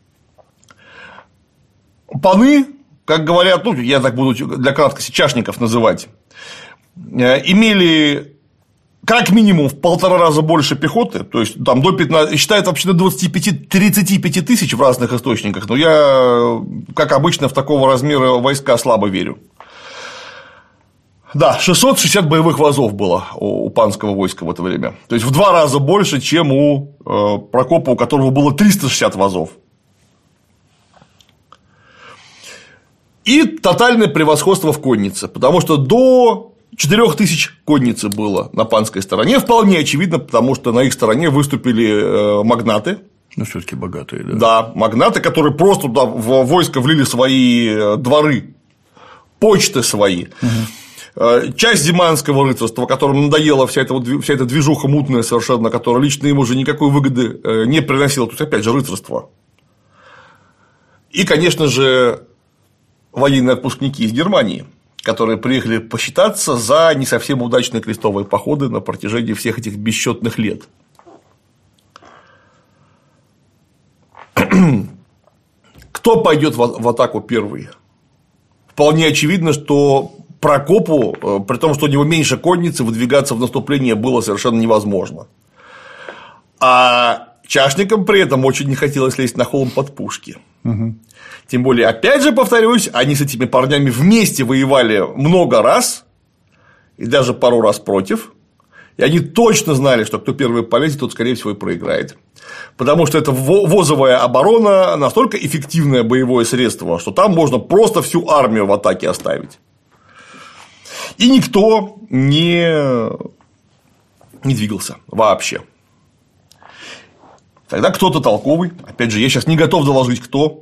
Паны, как говорят, ну, я так буду для краткости чашников называть, имели как минимум в полтора раза больше пехоты, то есть там до пятнадцати, считают вообще до двадцати пяти — тридцати пяти тысяч в разных источниках, но я, как обычно, в такого размера войска слабо верю. Да, шестьсот шестьдесят боевых вазов было у панского войска в это время. То есть в два раза больше, чем у Прокопа, у которого было триста шестьдесят вазов. И тотальное превосходство в коннице, потому что до четырёх тысяч конницы было на панской стороне. Вполне очевидно, потому что на их стороне выступили магнаты. Ну, все-таки богатые, да. Да, магнаты, которые просто туда в войско влили свои дворы. почты свои. Угу. Часть зиманского рыцарства, которому надоела вся эта, вот, вся эта движуха мутная совершенно, которая лично ему уже никакой выгоды не приносила, то есть, опять же, рыцарство. И, конечно же, военные отпускники из Германии, которые приехали посчитаться за не совсем удачные крестовые походы на протяжении всех этих бесчетных лет. Кто пойдет в атаку первый? Вполне очевидно, что Прокопу, при том, что у него меньше конницы, выдвигаться в наступление было совершенно невозможно. А чашникам при этом очень не хотелось лезть на холм под пушки. Угу. Тем более, опять же, повторюсь, они с этими парнями вместе воевали много раз, и даже пару раз против, и они точно знали, что кто первый полезет, тот, скорее всего, и проиграет. Потому что это возовая оборона настолько эффективное боевое средство, что там можно просто всю армию в атаке оставить. И никто не, не двигался вообще. Тогда кто-то толковый, опять же, я сейчас не готов доложить, кто,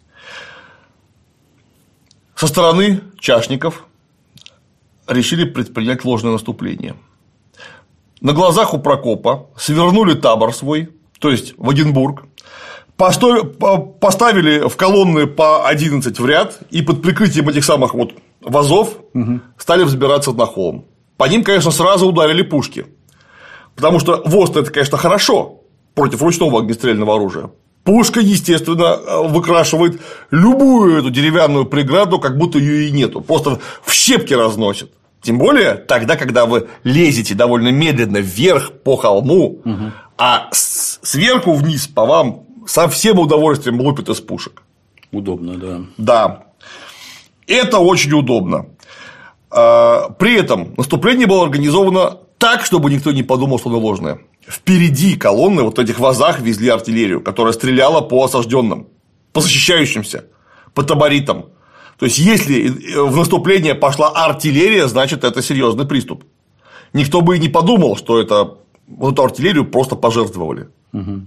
со стороны чашников решили предпринять ложное наступление. На глазах у Прокопа свернули табор свой, то есть в Эдинбург, поставили в колонны по одиннадцать в ряд и под прикрытием этих самых вот вазов угу. стали взбираться на холм. По ним, конечно, сразу ударили пушки, потому что воз – это, конечно, хорошо против ручного огнестрельного оружия. Пушка, естественно, выкрашивает любую эту деревянную преграду, как будто ее и нету, просто в щепки разносит. Тем более тогда, когда вы лезете довольно медленно вверх по холму, угу. а сверху вниз по вам со всем удовольствием лупит из пушек. Удобно, да. Да. Это очень удобно. При этом наступление было организовано так, чтобы никто не подумал, что оно ложное. Впереди колонны вот в этих вазах везли артиллерию, которая стреляла по осажденным, по защищающимся, по таборитам. То есть, если в наступление пошла артиллерия, значит, это серьезный приступ. Никто бы и не подумал, что это, вот эту артиллерию просто пожертвовали. Угу.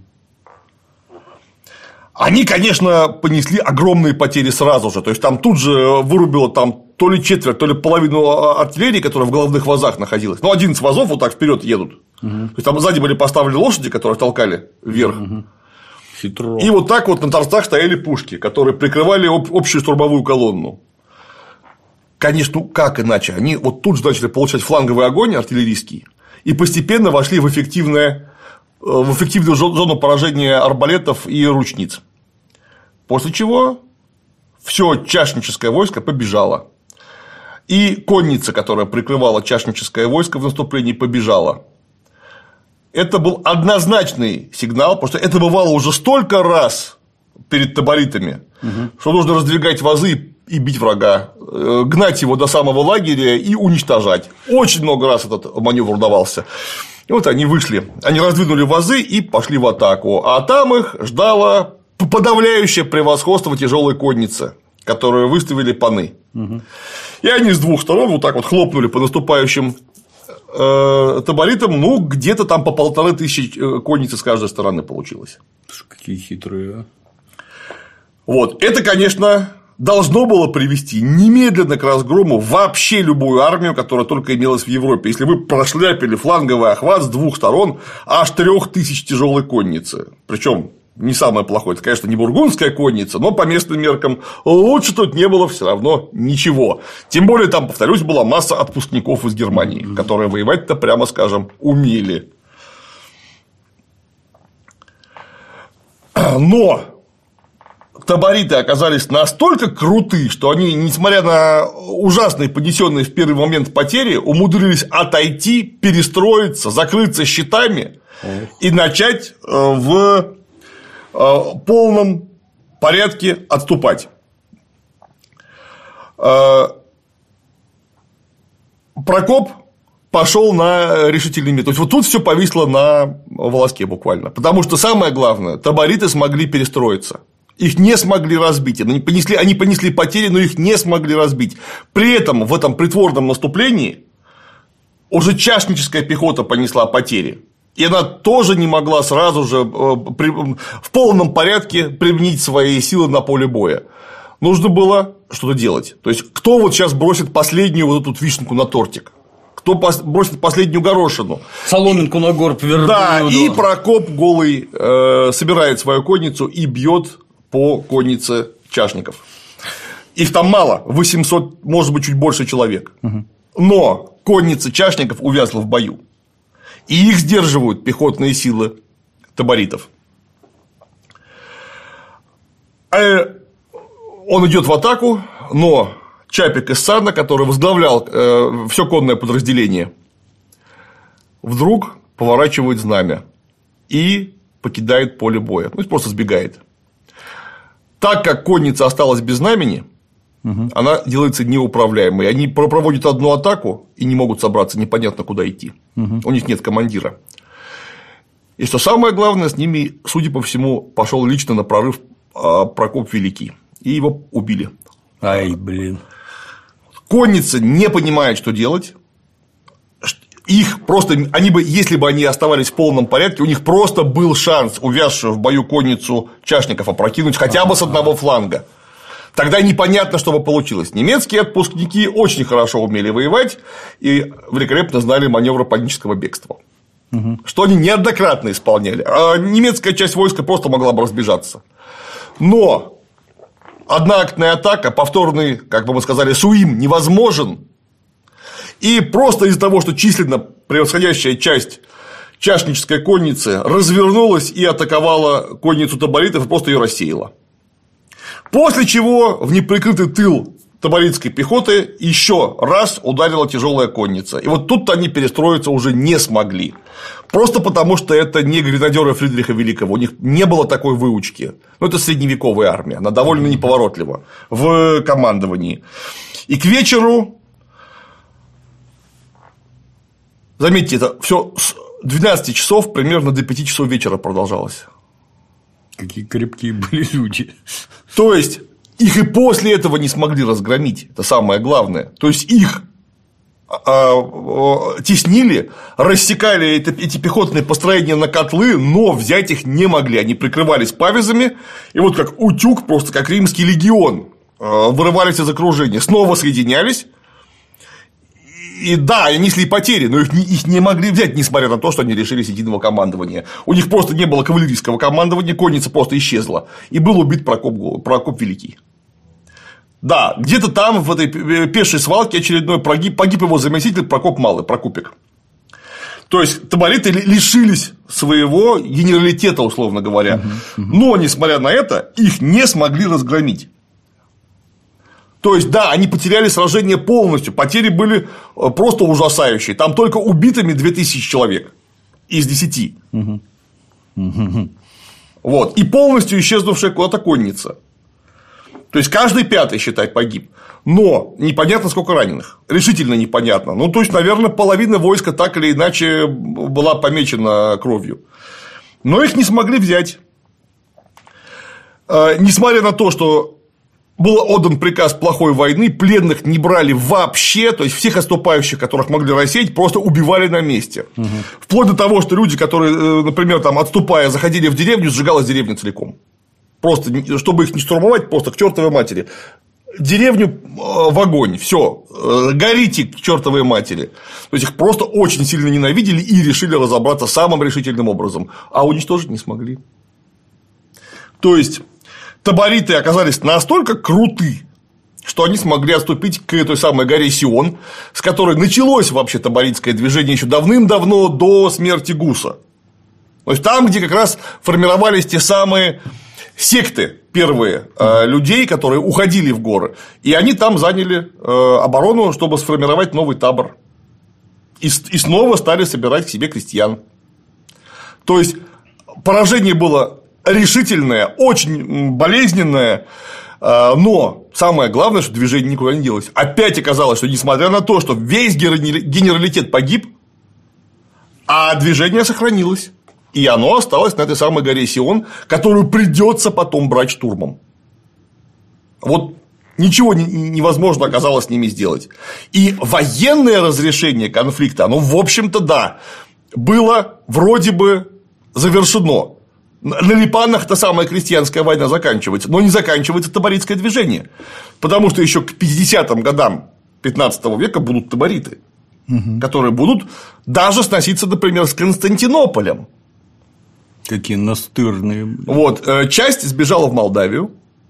Они, конечно, понесли огромные потери сразу же. То есть, там тут же вырубило там, то ли четверть, то ли половину артиллерии, которая в головных вазах находилась. Ну, одиннадцать вазов вот так вперед едут. Угу. То есть, там сзади были поставлены лошади, которые толкали вверх. Угу. Хитро. И вот так вот на торцах стояли пушки, которые прикрывали общую штурмовую колонну. Конечно, ну как иначе? Они вот тут же начали получать фланговый огонь артиллерийский и постепенно вошли в, эффективное, в эффективную зону поражения арбалетов и ручниц. После чего все чашническое войско побежало. И конница, которая прикрывала чашническое войско в наступлении, побежала. Это был однозначный сигнал, потому что это бывало уже столько раз перед таборитами, угу. что нужно раздвигать вазы и бить врага, гнать его до самого лагеря и уничтожать. Очень много раз этот маневр удавался. И вот они вышли, они раздвинули вазы и пошли в атаку, а там их ждало подавляющее превосходство тяжелой конницы, которую выставили паны. Угу. И они с двух сторон вот так вот хлопнули по наступающим таборитам, ну, где-то там по полторы тысячи конницы с каждой стороны получилось. Какие хитрые, а? Вот. Это, конечно, должно было привести немедленно к разгрому вообще любую армию, которая только имелась в Европе. Если вы прошляпили фланговый охват с двух сторон аж трех тысяч тяжелой конницы. Причем не самое плохое, это, конечно, не бургундская конница, но по местным меркам лучше тут не было все равно ничего. Тем более, там, повторюсь, была масса отпускников из Германии, которые воевать-то, прямо скажем, умели. Но табориты оказались настолько круты, что они, несмотря на ужасные понесенные в первый момент потери, умудрились отойти, перестроиться, закрыться щитами и начать в полном порядке отступать. Прокоп пошел на решительный метод. То есть, вот тут все повисло на волоске буквально. Потому что самое главное, табориты смогли перестроиться. Их не смогли разбить. Они понесли, они понесли потери, но их не смогли разбить. При этом в этом притворном наступлении уже чашническая пехота понесла потери. И она тоже не могла сразу же в полном порядке применить свои силы на поле боя. Нужно было что-то делать. То есть, кто вот сейчас бросит последнюю вот эту вишенку на тортик? Кто бросит последнюю горошину? Соломинку на горб верблюду. Да, и Прокоп голый э, собирает свою конницу и бьет по коннице чашников. Их там мало, восемьсот, может быть, чуть больше человек. Угу. Но конница чашников увязла в бою. И их сдерживают пехотные силы таборитов. Он идет в атаку, но Чапик из Сарна, который возглавлял э, все конное подразделение, вдруг поворачивает знамя и покидает поле боя. Ну, просто сбегает. Так как конница осталась без знамени, угу. она делается неуправляемой. Они проводят одну атаку и не могут собраться, непонятно куда идти. Угу. У них нет командира. И что самое главное, с ними, судя по всему, пошел лично на прорыв Прокоп Великий. И его убили. Ай, блин. Конница не понимает, что делать. Их просто, они бы, если бы они оставались в полном порядке, у них просто был шанс увязшую в бою конницу чашников опрокинуть хотя бы с одного фланга. Тогда непонятно, что бы получилось. Немецкие отпускники очень хорошо умели воевать и великолепно знали маневры панического бегства. Угу. Что они неоднократно исполняли. А немецкая часть войска просто могла бы разбежаться. Но одноактная атака, повторный, как бы мы сказали, суим невозможен. И просто из-за того, что численно превосходящая часть чашнической конницы развернулась и атаковала конницу таборитов и просто ее рассеяла. После чего в неприкрытый тыл таборитской пехоты еще раз ударила тяжелая конница. И вот тут они перестроиться уже не смогли. Просто потому, что это не гренадеры Фридриха Великого. У них не было такой выучки. Ну, это средневековая армия. Она довольно неповоротлива в командовании. И к вечеру, заметьте, это все с двенадцати часов примерно до пяти часов вечера продолжалось. Какие крепкие были люди. То есть, их и после этого не смогли разгромить. Это самое главное. То есть, их теснили, рассекали эти пехотные построения на котлы, но взять их не могли. Они прикрывались павезами, и вот как утюг, просто как римский легион, вырывались из окружения, снова соединялись. И да, они несли потери, но их не, их не могли взять, несмотря на то, что они лишились единого командования. У них просто не было кавалерийского командования, конница просто исчезла. И был убит Прокоп, Прокоп Великий. Да, где-то там, в этой пешей свалке очередной погиб, погиб его заместитель Прокоп Малый, Прокопик. То есть, табориты лишились своего генералитета, условно говоря. Uh-huh, uh-huh. Но, несмотря на это, их не смогли разгромить. То есть, да, они потеряли сражение полностью, потери были просто ужасающие. Там только убитыми две тысячи человек из десяти. Uh-huh. Uh-huh. Вот. И полностью исчезнувшая куда-то конница. То есть, каждый пятый, считай, погиб. Но непонятно, сколько раненых. Решительно непонятно. Ну, то есть, наверное, половина войска так или иначе была помечена кровью. Но их не смогли взять. Несмотря на то, что был отдан приказ плохой войны, пленных не брали вообще, то есть всех отступающих, которых могли рассеять, просто убивали на месте. Угу. Вплоть до того, что люди, которые, например, там, отступая, заходили в деревню, сжигалась деревня целиком. Просто, чтобы их не штурмовать, просто к чертовой матери. Деревню в огонь, все, горите к чертовой матери. То есть их просто очень сильно ненавидели и решили разобраться самым решительным образом, а уничтожить не смогли. То есть табориты оказались настолько круты, что они смогли отступить к той самой горе Сион, с которой началось вообще таборитское движение еще давным-давно до смерти Гуса. То есть там, где как раз формировались те самые секты первые э, людей, которые уходили в горы, и они там заняли э, оборону, чтобы сформировать новый табор. И, и снова стали собирать к себе крестьян. То есть поражение было решительное, очень болезненное, э, но самое главное, что движение никуда не делось. Опять оказалось, что несмотря на то, что весь генералитет погиб, а движение сохранилось. И оно осталось на этой самой горе Сион, которую придется потом брать штурмом. Вот ничего невозможно оказалось с ними сделать. И военное разрешение конфликта, оно, в общем-то, да, было вроде бы завершено. На Липанах-то самая крестьянская война заканчивается, но не заканчивается таборитское движение, потому что еще к пятидесятым годам пятнадцатого века будут табориты, угу. которые будут даже сноситься, например, с Константинополем. Какие настырные. Вот, часть сбежала в Молдавию,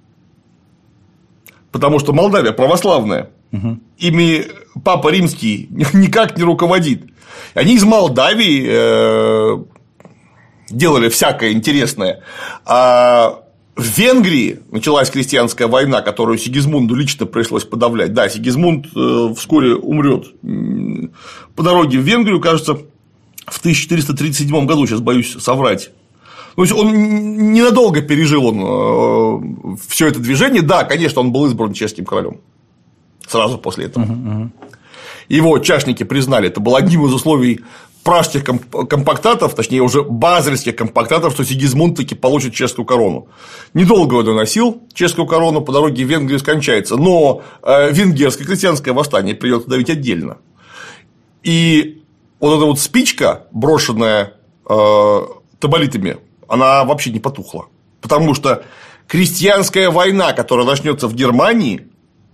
потому что Молдавия православная, угу. ими Папа Римский никак не руководит. Они из Молдавии э, делали всякое интересное. А в Венгрии началась крестьянская война, которую Сигизмунду лично пришлось подавлять. Да, Сигизмунд э, вскоре умрет по дороге в Венгрию, кажется, в тысяча четыреста тридцать седьмом году, сейчас боюсь соврать. То есть он ненадолго пережил он все это движение. Да, конечно, он был избран чешским королем сразу после этого. Uh-huh, uh-huh. Его чашники признали, это было одним из условий пражских компактатов, точнее уже базельских компактатов, что Сигизмунд таки получит чешскую корону. Недолго он доносил чешскую корону, по дороге в Венгрию скончается, но венгерское крестьянское восстание придется давить отдельно. И вот эта вот спичка, брошенная таборитами, она вообще не потухла. Потому что крестьянская война, которая начнется в Германии,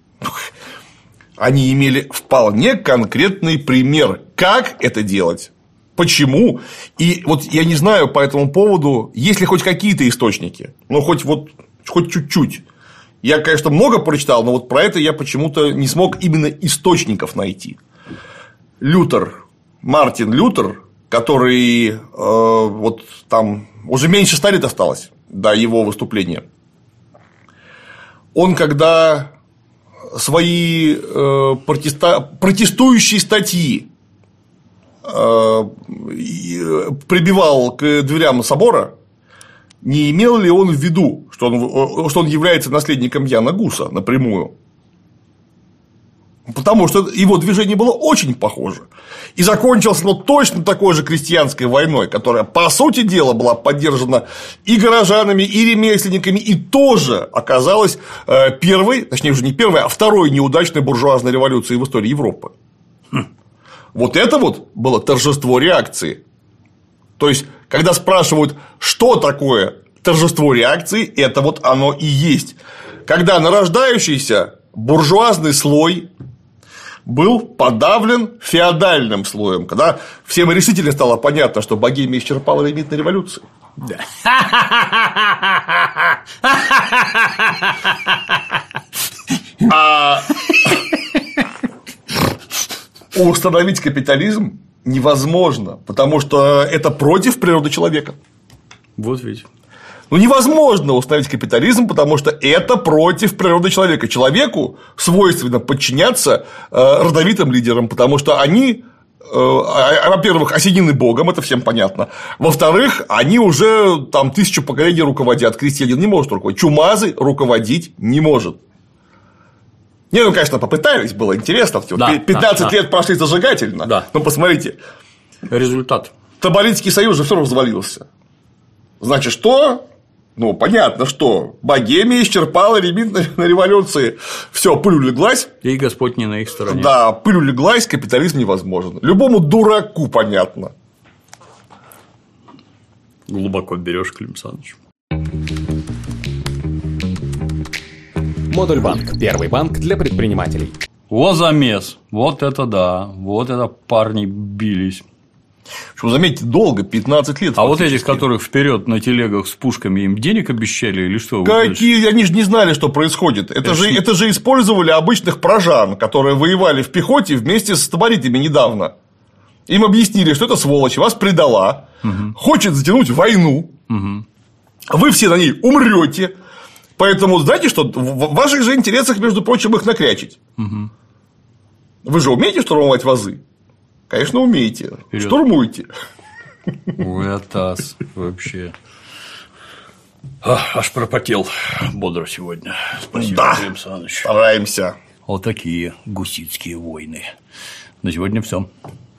они имели вполне конкретный пример, как это делать, почему. И вот я не знаю по этому поводу, есть ли хоть какие-то источники, ну хоть вот хоть чуть-чуть. Я, конечно, много прочитал, но вот про это я почему-то не смог именно источников найти. Лютер, Мартин Лютер, который э, вот там уже меньше ста лет осталось до его выступления. Он когда свои э, протеста... протестующие статьи э, прибивал к дверям собора, не имел ли он в виду, что он, что он является наследником Яна Гуса напрямую? Потому что его движение было очень похоже. И закончилось оно точно такой же крестьянской войной, которая, по сути дела, была поддержана и горожанами, и ремесленниками, и тоже оказалась первой, точнее, уже не первой, а второй неудачной буржуазной революцией в истории Европы. Хм. Вот это вот было торжество реакции. То есть, когда спрашивают, что такое торжество реакции, это вот оно и есть. Когда нарождающийся буржуазный слой был подавлен феодальным слоем, когда всем решительно стало понятно, что Богемия исчерпала лимит на революции. Да. А установить капитализм невозможно, потому что это против природы человека. Вот ведь. Ну, невозможно установить капитализм, потому что это против природы человека. Человеку свойственно подчиняться родовитым лидерам, потому что они, во-первых, осенены Богом, это всем понятно. Во-вторых, они уже там тысячу поколений руководят. Крестьянин не может руководить. Чумазый руководить не может. Не, ну, конечно, попытались, было интересно. Да, пятнадцать да, лет да. прошли зажигательно. Да. Ну, посмотрите. Результат. Таборитский союз же все развалился. Значит, что? Ну, понятно, что Богемия исчерпала лимит на революции. Все, пыль улеглась. И Господь не на их стороне. Да, пыль улеглась, капитализм невозможен. Любому дураку понятно. Глубоко берешь, Клим Саныч. Модуль банк. Первый банк для предпринимателей. О, замес. Вот это да. Вот это парни бились. Причем, заметьте, долго, пятнадцать лет. А вот этих, которых вперед на телегах с пушками, им денег обещали или что? Какие? Они же не знали, что происходит. Это, это, же, это же использовали обычных прожан, которые воевали в пехоте вместе с таборитами недавно. Им объяснили, что это сволочь вас предала, угу. хочет затянуть войну, угу. вы все на ней умрете. Поэтому знаете что? В ваших же интересах, между прочим, их накрячить. Угу. Вы же умеете штурмовать вазы? Конечно, умеете. Вперед. Штурмуйте. Ой, атас вообще. Ах, аж пропотел бодро сегодня. Спасибо, да. Клим Саныч. Стараемся. Вот такие гуситские войны. На сегодня все.